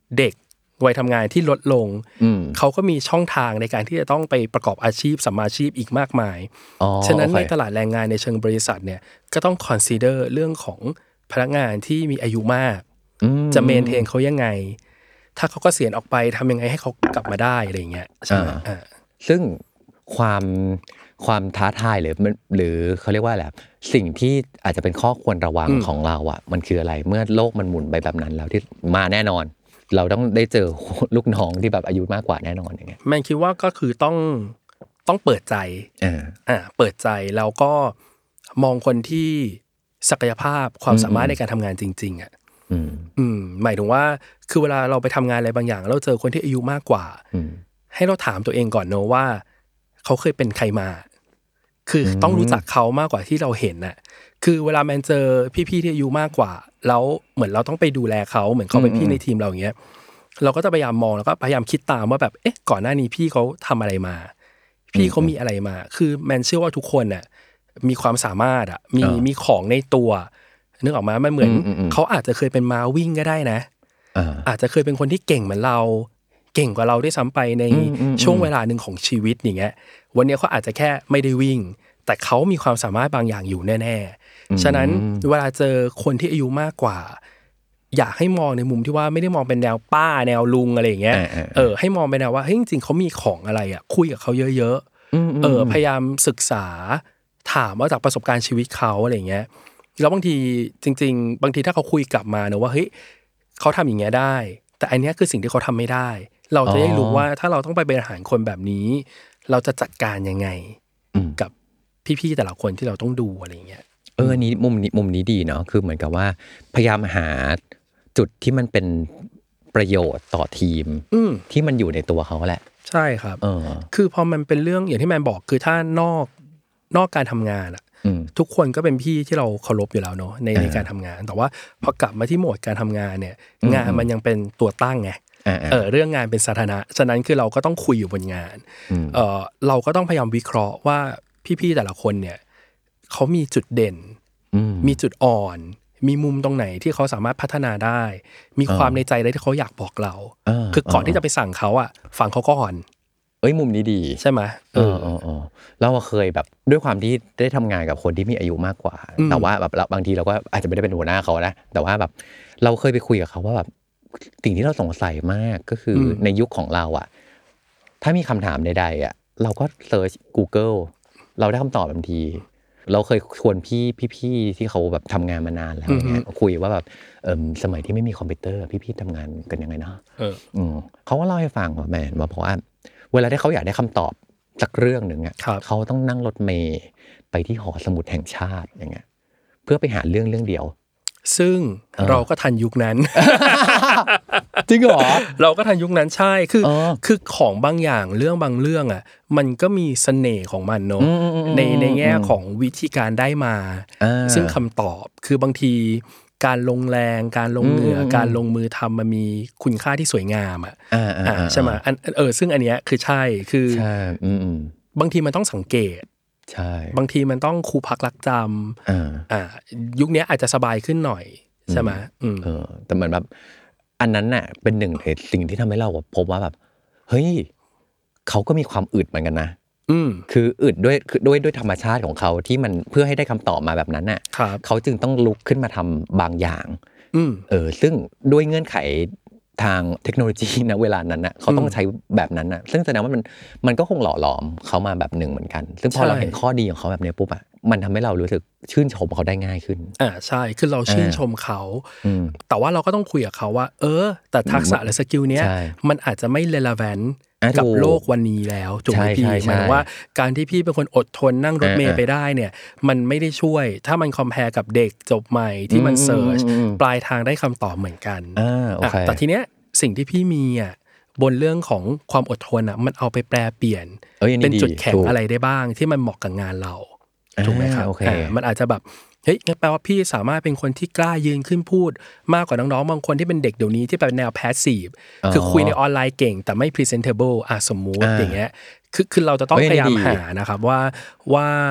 เด็กวัยทำงานที่ลดลงเขาก็มีช่องทางในการที่จะต้องไปประกอบอาชีพสัมมาอาชีพอีกมากมายฉะนั้นในตลาดแรงงานในเชิงบริษัทเนี่ยก็ต้อง consider เรื่องของพนักงานที่มีอายุมากจะเมนเทนเขายังไงถ้าเขาก็เสียณออกไปทำยังไงให้เขากลับมาได้อะไรเงี้ยใช่ไหมซึ่งความความท้าทายหรือหรือเขาเรียกว่าอะไรสิ่งที่อาจจะเป็นข้อควรระวังของเราอ่ะมันคืออะไรเมื่อโลกมันหมุนไปแบบนั้นแล้วที่มาแน่นอนเราต้องได้เจอลูกน้องที่แบบอายุมากกว่าแน่นอนอย่างเงี้ยแม่คิดว่าก็คือต้องต้องเปิดใจอ่าอ่าเปิดใจแล้วก็มองคนที่ศักยภาพความสามารถในการทำงานจริงๆอ่ะอืมอืมหมายถึงว่าคือเวลาเราไปทำงานอะไรบางอย่างเราเจอคนที่อายุมากกว่าให้เราถามตัวเองก่อนเนอะว่าเขาเคยเป็นใครมาคือต้องรู้จักเขามากกว่าที่เราเห็นน่ะคือเวลาแมนเจอพี่ๆที่อายุมากกว่าแล้วเหมือนเราต้องไปดูแลเขาเหมือนเขาเป็นพี่ในทีมเราอย่างเงี้ยเราก็จะพยายามมองแล้วก็พยายามคิดตามว่าแบบเอ๊ะก่อนหน้านี้พี่เขาทำอะไรมาพี่เขามีอะไรมาคือแมนเชื่อว่าทุกคนน่ะมีความสามารถอ่ะมีมีของในตัวนึกออกมามันเหมือนเขาอาจจะเคยเป็นม้าวิ่งก็ได้นะอาจจะเคยเป็นคนที่เก่งเหมือนเราเก่งกว่าเราได้ซ้ำไปในช่วงเวลาหนึ่งของชีวิตอย่างเงี้ยวันนี้เขาอาจจะแค่ไม่ได้วิ่งแต่เขามีความสามารถบางอย่างอยู่แน่ๆฉะนั้นเวลาเจอคนที่อายุมากกว่าอยากให้มองในมุมที่ว่าไม่ได้มองเป็นแนวป้าแนวลุงอะไรอย่างเงี้ยเออให้มองเป็นแนวว่าเฮ้ยจริงๆเขามีของอะไรอ่ะคุยกับเขาเยอะๆเออพยายามศึกษาถามว่าจากประสบการณ์ชีวิตเขาอะไรอย่างเงี้ยแล้วบางทีจริงๆบางทีถ้าเขาคุยกลับมาเนอะว่าเฮ้ยเขาทำอย่างเงี้ยได้แต่อันนี้คือสิ่งที่เขาทำไม่ได้เราจะได้รู้ว่าถ้าเราต้องไปบริหารคนแบบนี้เราจะจัดการยังไงกับพี่ๆแต่ละคนที่เราต้องดูอะไรอย่างเงี้ยเอออันนี้มุมนี้มุมนี้ดีเนาะคือเหมือนกับว่าพยายามหาจุดที่มันเป็นประโยชน์ต่อทีมที่มันอยู่ในตัวเขาแหละใช่ครับเออคือพอมันเป็นเรื่องอย่างที่แมนบอกคือถ้านอกนอกการทำงานอ่ะทุกคนก็เป็นพี่ที่เราเคารพอยู่แล้วเนาะในในการทำงานแต่ว่าพอกลับมาที่โหมดการทำงานเนี่ยงานมันยังเป็นตัวตั้งไงเออเรื่องงานเป็นสาธารณะฉะนั้นคือเราก็ต้องคุยอยู่บนงานเออเราก็ต้องพยายามวิเคราะห์ว่าพี่ๆแต่ละคนเนี่ยเขามีจุดเด่นมีจุดอ่อนมีมุมตรงไหนที่เขาสามารถพัฒนาได้มีความในใจอะไรที่เขาอยากบอกเราคือก่อนที่จะไปสั่งเขาอ่ะฟังเขาก่อนเอ้ยมุมนี้ดีใช่ไหมเออเออเออเราเคยแบบด้วยความที่ได้ทำงานกับคนที่มีอายุมากกว่าแต่ว่าแบบบางทีเราก็อาจจะไม่ได้เป็นหัวหน้าเขานะแต่ว่าแบบเราเคยไปคุยกับเขาว่าแบบสิ่งที่เราสงสัยมากก็คือในยุคของเราอ่ะถ้ามีคำถามใดๆอ่ะเราก็เซิร์ช Google เราได้คำตอบทันทีเราเคยชวนพี่พี่ๆที่เขาแบบทำงานมานานแล้วเนี่ยคุยว่าแบบเออสมัยที่ไม่มีคอมพิวเตอร์พี่ๆทำงานกันยังไงเนาะเขาก็เล่าให้ฟังว่าแมนมาบอกว่าเวลาที่เขาอยากได้คำตอบสักเรื่องหนึ่งอ่ะเขาต้องนั่งรถเมล์ไปที่หอสมุดแห่งชาติอย่างเงี้ยเพื่อไปหาเรื่องเรื่องเดียวซึ่งเราก็ทันยุคนั้นจริงเหรอเราก็ทันยุคนั้นใช่คือคือของบางอย่างเรื่องบางเรื่องอ่ะมันก็มีเสน่ห์ของมันเนอะในในแง่ของวิธีการได้มาซึ่งคำตอบคือบางทีการลงแรงการลงเหงื่อการลงมือทำมันมีคุณค่าที่สวยงามอ่ะใช่ไหมอันเออซึ่งอันเนี้ยคือใช่คือบางทีมันต้องสังเกตใช่บางทีมันต้องครูพักรักจำอ่าอ่ายุคนี้อาจจะสบายขึ้นหน่อยใช่ไหมเออแต่เหมือนแบบอันนั้นน่ะเป็นหนึ่งในสิ่งที่ทำให้เราพบว่าแบบเฮ้ยเขาก็มีความอึดเหมือนกันนะคืออึดด้วยด้วยด้วยธรรมชาติของเขาที่มันเพื่อให้ได้คำตอบมาแบบนั้นน่ะเขาจึงต้องลุกขึ้นมาทำบางอย่างเออซึ่งด้วยเงื่อนไขทางเทคโนโลยีนะเวลานั้นน่ะเขาต้องใช้แบบนั้นน่ะซึ่งแสดงว่ามันมันก็คงหล่อหลอมเขามาแบบหนึ่งเหมือนกันซึ่งพอเราเห็นข้อดีของเขาแบบนี้ปุ๊บอ่ะมันทำให้เรารู้สึกชื่นชมเขาได้ง่ายขึ้นอ่าใช่คือเราชื่นชมเขาแต่ว่าเราก็ต้องคุยกับเขาว่าเออแต่ทักษะและสกิลเนี้ยมันอาจจะไม่ relevant กับโลกวันนี้แล้วถูกไหมพี่หมายถึงว่าการที่พี่เป็นคนอดทนนั่งรถเมล์ไปได้เนี่ยมันไม่ได้ช่วยถ้ามันคอมแพร์กับเด็กจบใหม่ที่มันเสิร์ชปลายทางได้คำตอบเหมือนกันแต่ทีเนี้ยสิ่งที่พี่มีอ่ะบนเรื่องของความอดทนอ่ะมันเอาไปแปลเปลี่ยนเป็นจุดแข็งอะไรได้บ้างที่มันเหมาะกับงานเราถูกไหมครับมันอาจจะแบบเฮ้ยงั้นแปลว่าพี่สามารถเป็นคนที่กล้ายืนขึ้นพูดมากกว่าน้องๆบางคนที่เป็นเด็กเดี๋ยวนี้ที่เป็นแนว passive คือคุยในออนไลน์เก่งแต่ไม่ presentable อ่ะสมมุติอย่างเงี้ยคือคือเราจะต้องพยายามหานะครับว่าว่า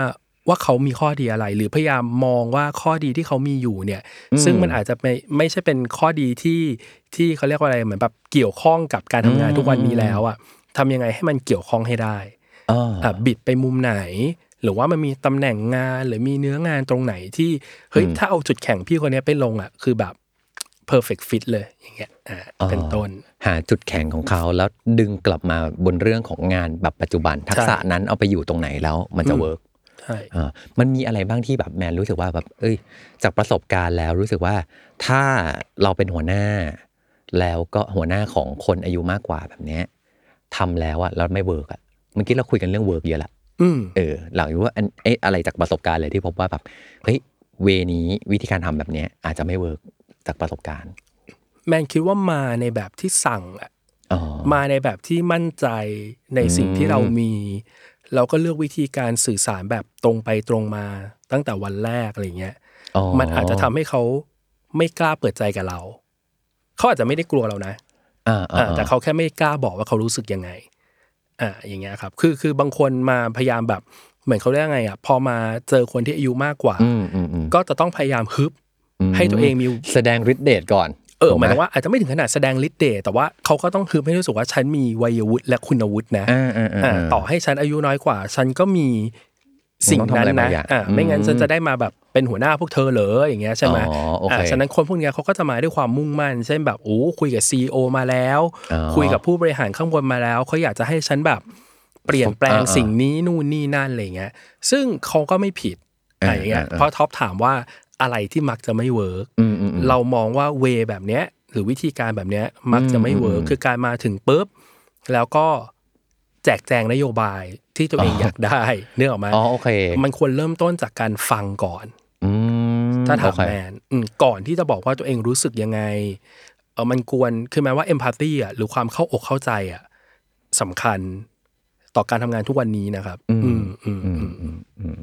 ว่าเขามีข้อดีอะไรหรือพยายามมองว่าข้อดีที่เขามีอยู่เนี่ยซึ่งมันอาจจะไม่ไม่ใช่เป็นข้อดีที่ที่เขาเรียกว่าอะไรเหมือนแบบเกี่ยวข้องกับการทำงานทุกวันนี้แล้วอ่ะทำยังไงให้มันเกี่ยวข้องให้ได้อ่าบิดไปมุมไหนหรือว่ามันมีตำแหน่งงานหรือมีเนื้องานตรงไหนที่เฮ้ยถ้าเอาจุดแข็งพี่คนนี้ไปลงอ่ะคือแบบ perfect fit เลยอย่างเงี้ยอ่าเป็นต้นหาจุดแข็งของเขาแล้วดึงกลับมาบนเรื่องของงานแบบปัจจุบันทักษะนั้นเอาไปอยู่ตรงไหนแล้วมันจะเวิร์กใช่อ่ามันมีอะไรบ้างที่แบบแมนรู้สึกว่าแบบเอ้ยจากประสบการณ์แล้วรู้สึกว่าถ้าเราเป็นหัวหน้าแล้วก็หัวหน้าของคนอายุมากกว่าแบบนี้ทำแล้วอะแล้วไม่เวิร์กอะเมื่อกี้เราคุยกันเรื่องเวิร์กเยอะละเออหลังจากว่าเอ๊ะอะไรจากประสบการณ์เลยที่พบว่าแบบเฮ้ยเวนี้วิธีการทำแบบนี้อาจจะไม่เวิร์กจากประสบการณ์แมนคิดว่ามาในแบบที่สั่งแหละมาในแบบที่มั่นใจในสิ่งที่เรามีเราก็เลือกวิธีการสื่อสารแบบตรงไปตรงมาตั้งแต่วันแรกอะไรเงี้ยมันอาจจะทำให้เขาไม่กล้าเปิดใจกับเราเขาอาจจะไม่ได้กลัวเรานะแต่เขาแค่ไม่กล้าบอกว่าเขารู้สึกยังไงอ่าอย่างเงี้ยครับคือคือบางคนมาพยายามแบบเหมือนเขาเรียกไงอ่ะพอมาเจอคนที่อายุมากกว่าก็จะต้องพยายามฮึบให้ตัวเองมีแสดงฤทธิ์เดชก่อนเออหมายถึงว่าอาจจะไม่ถึงขนาดแสดงฤทธิ์เดชแต่ว่าเขาก็ต้องฮึบให้รู้สึกว่าฉันมีวัยวุฒิและคุณวุฒินะอ่าต่อให้ฉันอายุน้อยกว่าฉันก็มีสิ่งนั้นนะอ่าไม่งั้นฉันจะได้มาแบบเป็นหัวหน้าพวกเธอเหรออย่างเงี้ยใช่ไหมอ่าฉะนั้นคนพวกนี้เขาก็จะมาด้วยความมุ่งมั่นเช่นแบบโอ้คุยกับ ซี อี โอ มาแล้วคุยกับผู้บริหารข้างบนมาแล้วเขาอยากจะให้ฉันแบบเปลี่ยนแปลงสิ่งนี้นู่นนี่นั่นอะไรเงี้ยซึ่งเขาก็ไม่ผิดอะไรเงี้ยเพราะท็อปถามว่าอะไรที่มักจะไม่เวิร์กเรามองว่าเวแบบเนี้ยหรือวิธีการแบบเนี้ยมักจะไม่เวิร์กคือการมาถึงปุ๊บแล้วก็แจกแจงนโยบายที่ตัวเองอยากได้เนื้อออกมามันควรเริ่มต้นจากการฟังก่อนถ้าถามแมนก่อนที่จะบอกว่าตัวเองรู้สึกยังไงเออมันควรคือแม้ว่าเอมพาธีอ่ะหรือความเข้าอกเข้าใจอ่ะสำคัญต่อการทำงานทุกวันนี้นะครับอืมอืมอืมอืมอืม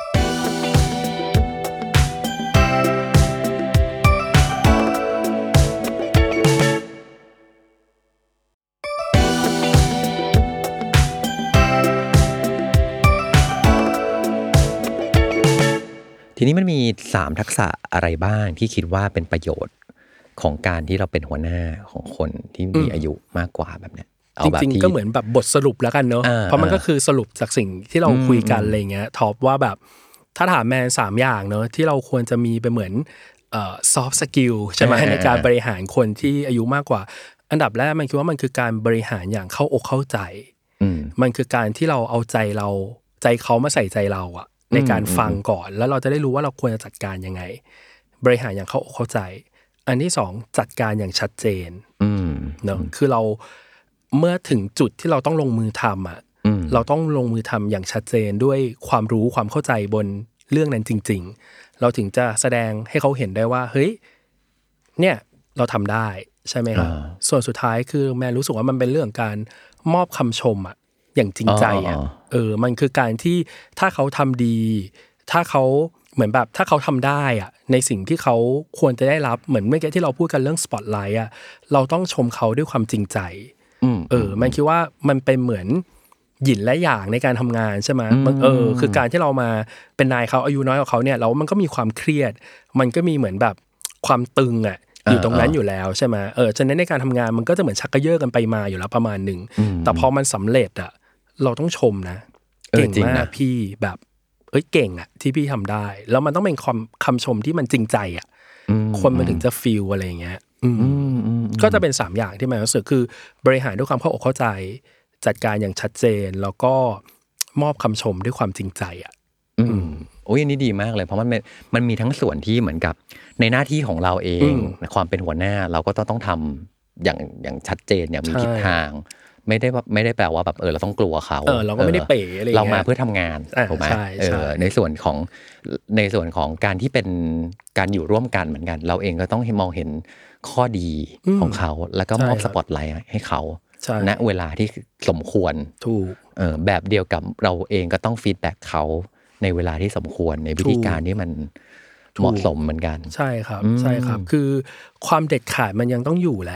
ทีนี้มันมีสามทักษะอะไรบ้างที่คิดว่าเป็นประโยชน์ของการที่เราเป็นหัวหน้าของคนที่มีอายุมากกว่าแบบเนี้ยจริงๆก็เหมือนแบบบทสรุปแล้วกันเนอะเพราะมันก็คือสรุปจากสิ่งที่เราคุยกันอะไรเงี้ยท็อปว่าแบบถ้าถามแมนสามอย่างเนอะที่เราควรจะมีเป็นเหมือนเอ่อ soft skill ใช่ไหมในการบริหารคนที่อายุมากกว่าอันดับแรกมันคิดว่ามันคือการบริหารอย่างเข้าอกเข้าใจมันคือการที่เราเอาใจเราใจเขามาใส่ใจเราอะในการฟังก่อนแล้วเราจะได้รู้ว่าเราควรจะจัดการยังไงบริหารอย่างเข้าอกเข้าใจอันที่สองจัดการอย่างชัดเจนเนอะคือเราเมื่อถึงจุดที่เราต้องลงมือทำอ่ะเราต้องลงมือทำอย่างชัดเจนด้วยความรู้ความเข้าใจบนเรื่องนั้นจริงๆเราถึงจะแสดงให้เขาเห็นได้ว่าเฮ้ยเนี่ยเราทำได้ใช่ไหมครับส่วนสุดท้ายคือแม่รู้สึกว่ามันเป็นเรื่องการมอบคำชมอ่ะอย่างจริงใจอ่ะเออมันคือการที่ถ้าเขาทำดีถ้าเขาเหมือนแบบถ้าเขาทำได้อ่ะในสิ่งที่เขาควรจะได้รับเหมือนเมื่อกี้ที่เราพูดกันเรื่องสปอตไลท์อ่ะเราต้องชมเขาด้วยความจริงใจเออมันคิดว่ามันเป็นเหมือนหยินและหยางในการทำงานใช่ไหมเออคือการที่เรามาเป็นนายเขาอายุน้อยกว่าเขาเนี่ยแล้วมันก็มีความเครียดมันก็มีเหมือนแบบความตึงอ่ะอยู่ตรงนั้นอยู่แล้วใช่ไหมเออฉะนั้นในการทำงานมันก็จะเหมือนชักกระเยาะกันไปมาอยู่แล้วประมาณหนึ่งแต่พอมันสำเร็จอ่ะเราต้องชมนะเก่งมากพี่แบบเอ้ยเก่งอ่ะที่พี่ทำได้แล้วมันต้องเป็นคำคำชมที่มันจริงใจอ่ะคนมันถึงจะฟีลอะไรอย่างเงี้ยก็จะเป็นสามอย่างที่มันรู้สึกคือบริหารด้วยความเข้าอกเข้าใจจัดการอย่างชัดเจนแล้วก็มอบคำชมด้วยความจริงใจอ่ะโอ้ยอันนี้ดีมากเลยเพราะมันมันมีทั้งส่วนที่เหมือนกับในหน้าที่ของเราเองความเป็นหัวหน้าเราก็ต้องทำอย่างอย่างชัดเจนอย่างมีทิศทางไม่ได้ไม่ได้แปลว่าแบบเออเราต้องกลัวเขาเออเราก็ไม่ได้เป๋อะไรเรามาเพื่อทำงานถูกไหมเออในส่วนของในส่วนของการที่เป็นการอยู่ร่วมกันเหมือนกันเราเองก็ต้องมองเห็นข้อดีของเขาแล้วก็มอบสปอตไลท์ให้เขาณเวลาที่สมควรถูกเออแบบเดียวกับเราเองก็ต้องฟีดแบ็กเขาในเวลาที่สมควรในวิธีการที่มันเหมาะสมเหมือนกันใช่ครับใช่ครับคือความเด็ดขาดมันยังต้องอยู่แหละ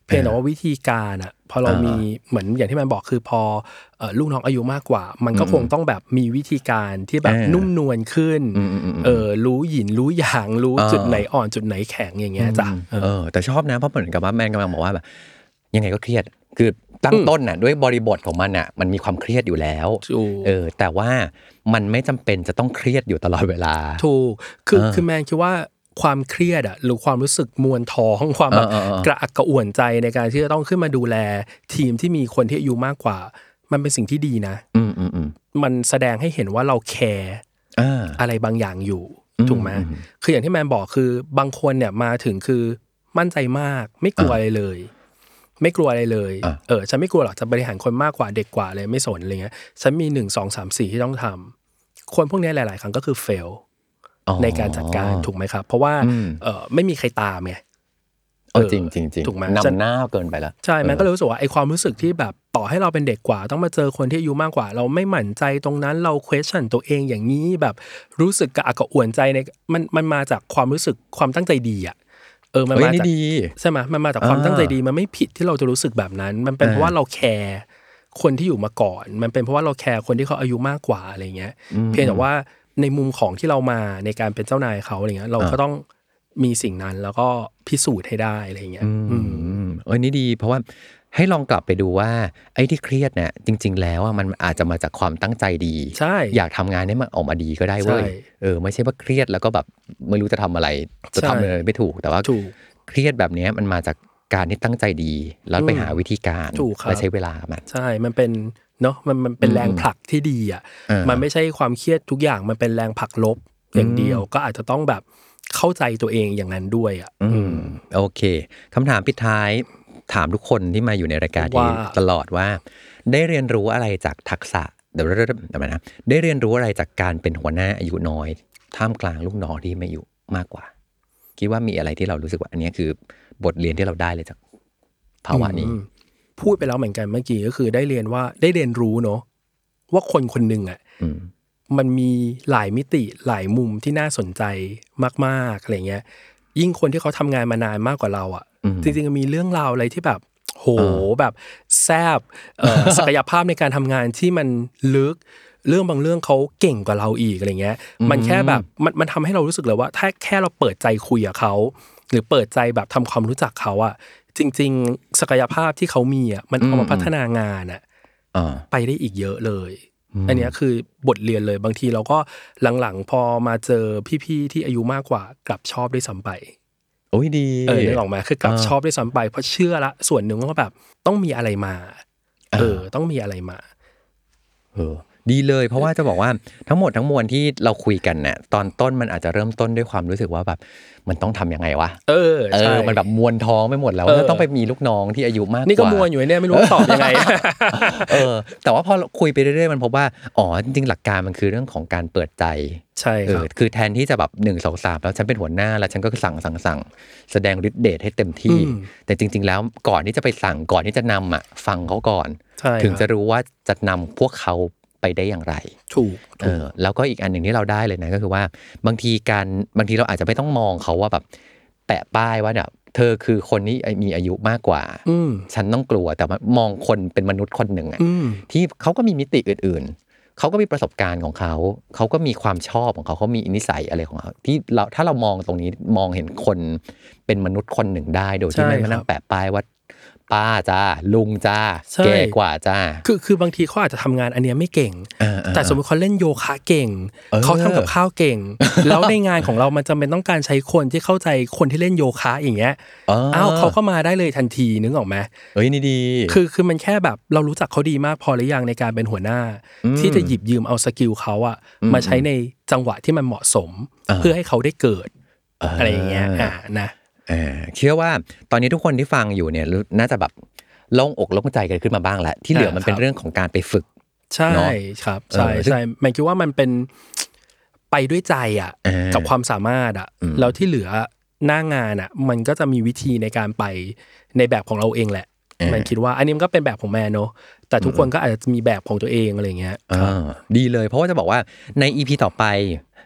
พียงแต่ว่าวิธีการอ่ะพอเรามีเหมือนอย่างที่มันบอกคือพอเอ่อลูกน้องอายุมากกว่ามันก็คงต้องแบบมีวิธีการที่แบบนุ่มนวลขึ้นเออรู้หยินรู้หยางรู้จุดไหนอ่อนจุดไหนแข็งอย่างเงี้ยจ้ะเออแต่ชอบนะเพราะเหมือนกับว่าแมนกำลังบอกว่าแบบยังไงก็เครียดคือตั้งต้นน่ะด้วยบริบทของมันน่ะมันมีความเครียดอยู่แล้วเออแต่ว่ามันไม่จำเป็นจะต้องเครียดอยู่ตลอดเวลาถูกคือคือแมนคิดว่าความเครียดอ่ะหรือความรู้สึกมวลท้องความแบบกระอักกระอ่วนใจในการที่จะต้องขึ้นมาดูแลทีมที่มีคนที่อายุมากกว่ามันเป็นสิ่งที่ดีนะมันแสดงให้เห็นว่าเราแคร์อะไรบางอย่างอยู่ถูกไหมคืออย่างที่แมนบอกคือบางคนเนี่ยมาถึงคือมั่นใจมากไม่กลัวอะไรเลยไม่กลัวอะไรเลยเออฉันไม่กลัวหรอกจะบริหารคนมากกว่าเด็กกว่าเลยไม่สนอะไรเงี้ยฉันมีหนึ่งสองสามสี่ที่ต้องทำคนพวกนี้หลายๆครั้งก็คือเฟลในการจัดการถูกไหมครับเพราะว่าเออไม่มีใครตามไงเออจริงจริงจริงถูกไหมนำหน้าเกินไปแล้วใช่แมนก็เลยรู้สึกว่าไอ้ความรู้สึกที่แบบต่อให้เราเป็นเด็กกว่าต้องมาเจอคนที่อายุมากกว่าเราไม่หมั่นใจตรงนั้นเรา question ตัวเองอย่างนี้แบบรู้สึกกระอักกระอ่วนใจในมันมันมาจากความรู้สึกความตั้งใจดีอ่ะเออมันมาจากใช่ไหมมันมาจากความตั้งใจดีมันไม่ผิดที่เราจะรู้สึกแบบนั้นมันเป็นเพราะว่าเราแคร์คนที่อยู่มาก่อนมันเป็นเพราะว่าเราแคร์คนที่เขาอายุมากกว่าอะไรเงี้ยเพียงแต่ว่าในมุมของที่เรามาในการเป็นเจ้านายเขาอะไรเงี้ยเราก็ต้องมีสิ่งนั้นแล้วก็พิสูจน์ให้ได้อะไรเงี้ยอืมเออนี่ดีเพราะว่าให้ลองกลับไปดูว่าไอ้ที่เครียดเนี่ยจริงๆแล้วมันอาจจะมาจากความตั้งใจดีใช่อยากทำงานให้มันออกมาดีก็ได้เว้ยเออไม่ใช่ว่าเครียดแล้วก็แบบไม่รู้จะทำอะไรจะทำอะไรไม่ถูกแต่ว่าเครียดแบบนี้มันมาจากการที่ตั้งใจดีแล้วไปหาวิธีการและใช้เวลามันใช่มันเป็นเนาะมันมันเป็นแรงผลักที่ดีอ่ะมันไม่ใช่ความเครียดทุกอย่างมันเป็นแรงผลักลบอย่างเดียวก็อาจจะต้องแบบเข้าใจตัวเองอย่างนั้นด้วยอ่ะโอเคคำถามปิดท้ายถามทุกคนที่มาอยู่ในรายการนี้ตลอดว่าได้เรียนรู้อะไรจากทักษะเดี๋ยวเดี๋ยวนะได้เรียนรู้อะไรจากการเป็นหัวหน้าอายุน้อยท่ามกลางลูกน้องที่ไม่อายุมากกว่าคิดว่ามีอะไรที่เรารู้สึกว่าอันนี้คือบทเรียนที่เราได้เลยจากภาวะนี้พูดไปแล้วเหมือนกันเมื่อกี้ก็คือได้เรียนว่าได้เรียนรู้เนาะว่าคนคนหนึ่งอ่ะมันมีหลายมิติหลายมุมที่น่าสนใจมากๆอะไรเงี้ยยิ่งคนที่เขาทำงานมานานมากกว่าเราอ่ะจริงๆมีเรื่องราวอะไรที่แบบโหแบบแซบศักยภาพในการทำงานที่มันลึกเรื่องบางเรื่องเขาเก่งกว่าเราอีกอะไรเงี้ยมันแค่แบบมันมันทำให้เรารู้สึกเลยว่าถ้าแค่เราเปิดใจคุยกับเขาหรือเปิดใจแบบทำความรู้จักเขาอ่ะจริงๆศักยภาพที่เขามีอ่ะมันเอามาพัฒนางานอ่ะไปได้อีกเยอะเลยอันนี้คือบทเรียนเลยบางทีเราก็หลังๆพอมาเจอพี่ๆที่อายุมากกว่ากลับชอบได้ซ้ำไปโอ้ยดีเออนึกออกไหมคือกลับชอบได้ซ้ำไปเพราะเชื่อละส่วนหนึ่งว่าแบบต้องมีอะไรมาเออต้องมีอะไรมาเออดีเลยเพราะว่าจะบอกว่าทั้งหมดทั้งมวลที่เราคุยกันเนี่ยตอนต้นมันอาจจะเริ่มต้นด้วยความรู้สึกว่าแบบมันต้องทำยังไงวะเออเออมันแบบมวนท้องไปหมดแล้วต้องไปมีลูกน้องที่อายุมากกว่านี่ก็มวนอยู่เนี่ยไม่รู้ตอบยังไงเออแต่ว่าพอคุยไปเรื่อยๆมันพบว่าอ๋อจริงๆหลักการมันคือเรื่องของการเปิดใจใช่ครับคือแทนที่จะแบบหนึ่ง สอง สามแล้วฉันเป็นหัวหน้าแล้วฉันก็สั่งสั่งสั่งแสดงฤทธิ์เดชให้เต็มที่แต่จริงๆแล้วก่อนที่จะไปสั่งก่อนที่จะนำอ่ะฟังเขาก่อนถึงจะรู้ว่าจะนำพวกเขาไปได้อย่างไรถูกเออแล้วก็อีกอันหนึ่งที่เราได้เลยนะก็คือว่าบางทีการบางทีเราอาจจะไม่ต้องมองเขาว่าแบบแปะป้ายว่าเนี่ยเธอคือคนที่มีอายุมากกว่าฉันต้องกลัวแต่มองคนเป็นมนุษย์คนหนึ่งอ่ะที่เขาก็มีมิติอื่นๆเขาก็มีประสบการณ์ของเขาเขาก็มีความชอบของเขาเขามีนิสัยอะไรของเขาที่เราถ้าเรามองตรงนี้มองเห็นคนเป็นมนุษย์คนหนึ่งได้โดยที่ไม่มานั่งแปะป้ายว่าป้าจ้าลุงจ้าแก่กว่าจ้าคือคือบางทีเขาอาจจะทำงานอันเนี้ยไม่เก่งแต่สมมติเขาเล่นโยคะเก่งเขาทำกับข้าวเก่งแล้วในงานของเรามันจำเป็นต้องการใช้คนที่เข้าใจคนที่เล่นโยคะอย่างเงี้ยอ้าวเขาก็มาได้เลยทันทีนึกออกไหมเอ้ยนี่ดีคือคือมันแค่แบบเรารู้จักเขาดีมากพอหรือยังในการเป็นหัวหน้าที่จะหยิบยืมเอาสกิลเขาอะมาใช้ในจังหวะที่มันเหมาะสมเพื่อให้เขาได้เกิดอะไรอย่างเงี้ยอ่านะเชื่อว่าตอนนี้ทุกคนที่ฟังอยู่เนี่ยน่าจะแบบโล่งอกโล่งใจกันขึ้นมาบ้างแหละที่เหลือมันเป็นเรื่องของการไปฝึกใช่ครับใช่ใช่แมนคิดว่ามันเป็นไปด้วยใจอ่ะกับความสามารถอ่ะแล้วที่เหลือหน้างานอ่ะมันก็จะมีวิธีในการไปในแบบของเราเองแหละแมนคิดว่าอันนี้มันก็เป็นแบบของแมนเนาะแต่ทุกคนก็อาจจะมีแบบของตัวเองอะไรเงี้ยดีเลยเพราะว่าจะบอกว่าใน อี พี ต่อไป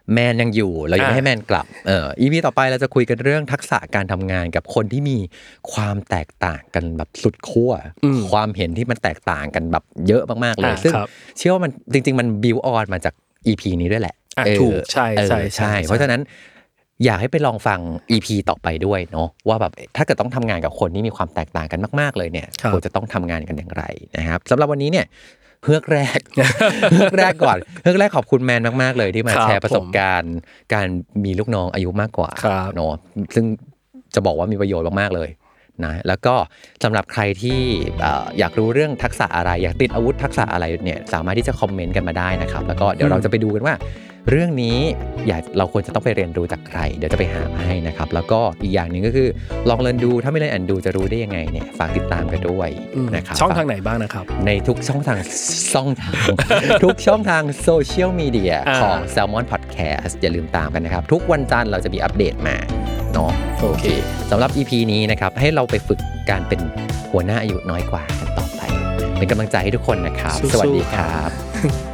แมนยังอยู่เรายังไม่ให้แมนกลับเอ่อ อี พี ต่อไปเราจะคุยกันเรื่องทักษะการทำงานกับคนที่มีความแตกต่างกันแบบสุดขั้วความเห็นที่มันแตกต่างกันแบบเยอะมากๆเลยซึ่งเชื่อว่ามันจริงๆมันบิวออนมาจาก อี พี นี้ด้วยแหละถูกใช่ใช่ใช่เพราะฉะนั้นอยากให้ไปลองฟัง อี พี ต่อไปด้วยเนาะว่าแบบถ้าเกิดต้องทำงานกับคนที่มีความแตกต่างกันมากๆเลยเนี่ยควรจะต้องทำงานกันอย่างไรนะครับสำหรับวันนี้เนี่ยเฮือกแรกเฮือกแรกก่อนเฮือกแรกขอบคุณแมนมากๆเลยที่มาแชร์ประสบการณ์การมีลูกน้องอายุมากกว่าเนาะซึ่งจะบอกว่ามีประโยชน์มากๆเลยนะแล้วก็สำหรับใครที่อยากรู้เรื่องทักษะอะไรอยากติดอาวุธทักษะอะไรเนี่ยสามารถที่จะคอมเมนต์กันมาได้นะครับแล้วก็เดี๋ยวเราจะไปดูกันว่าเรื่องนี้อยากเราควรจะต้องไปเรียนรู้จากใครเดี๋ยวจะไปหามาให้นะครับแล้วก็อีกอย่างนึงก็คือลองเรียนดูถ้าไม่เรียนอ่านดูจะรู้ได้ยังไงเนี่ยฝากติดตามกันด้วยนะครับช่องทางไหนบ้างนะครับในทุกช่องทางช่องทางทุกช่องทางโซเชียลมีเดียของ Salmon Podcast อย่าลืมตามกันนะครับทุกวันจันทร์เราจะมีอัปเดตมาเนาะโอเคสำหรับ อี พี นี้นะครับให้เราไปฝึกการเป็นหัวหน้าอายุน้อยกว่ากันต่อไปเป็นกำลังใจให้ทุกคนนะครับสวัสดีครับ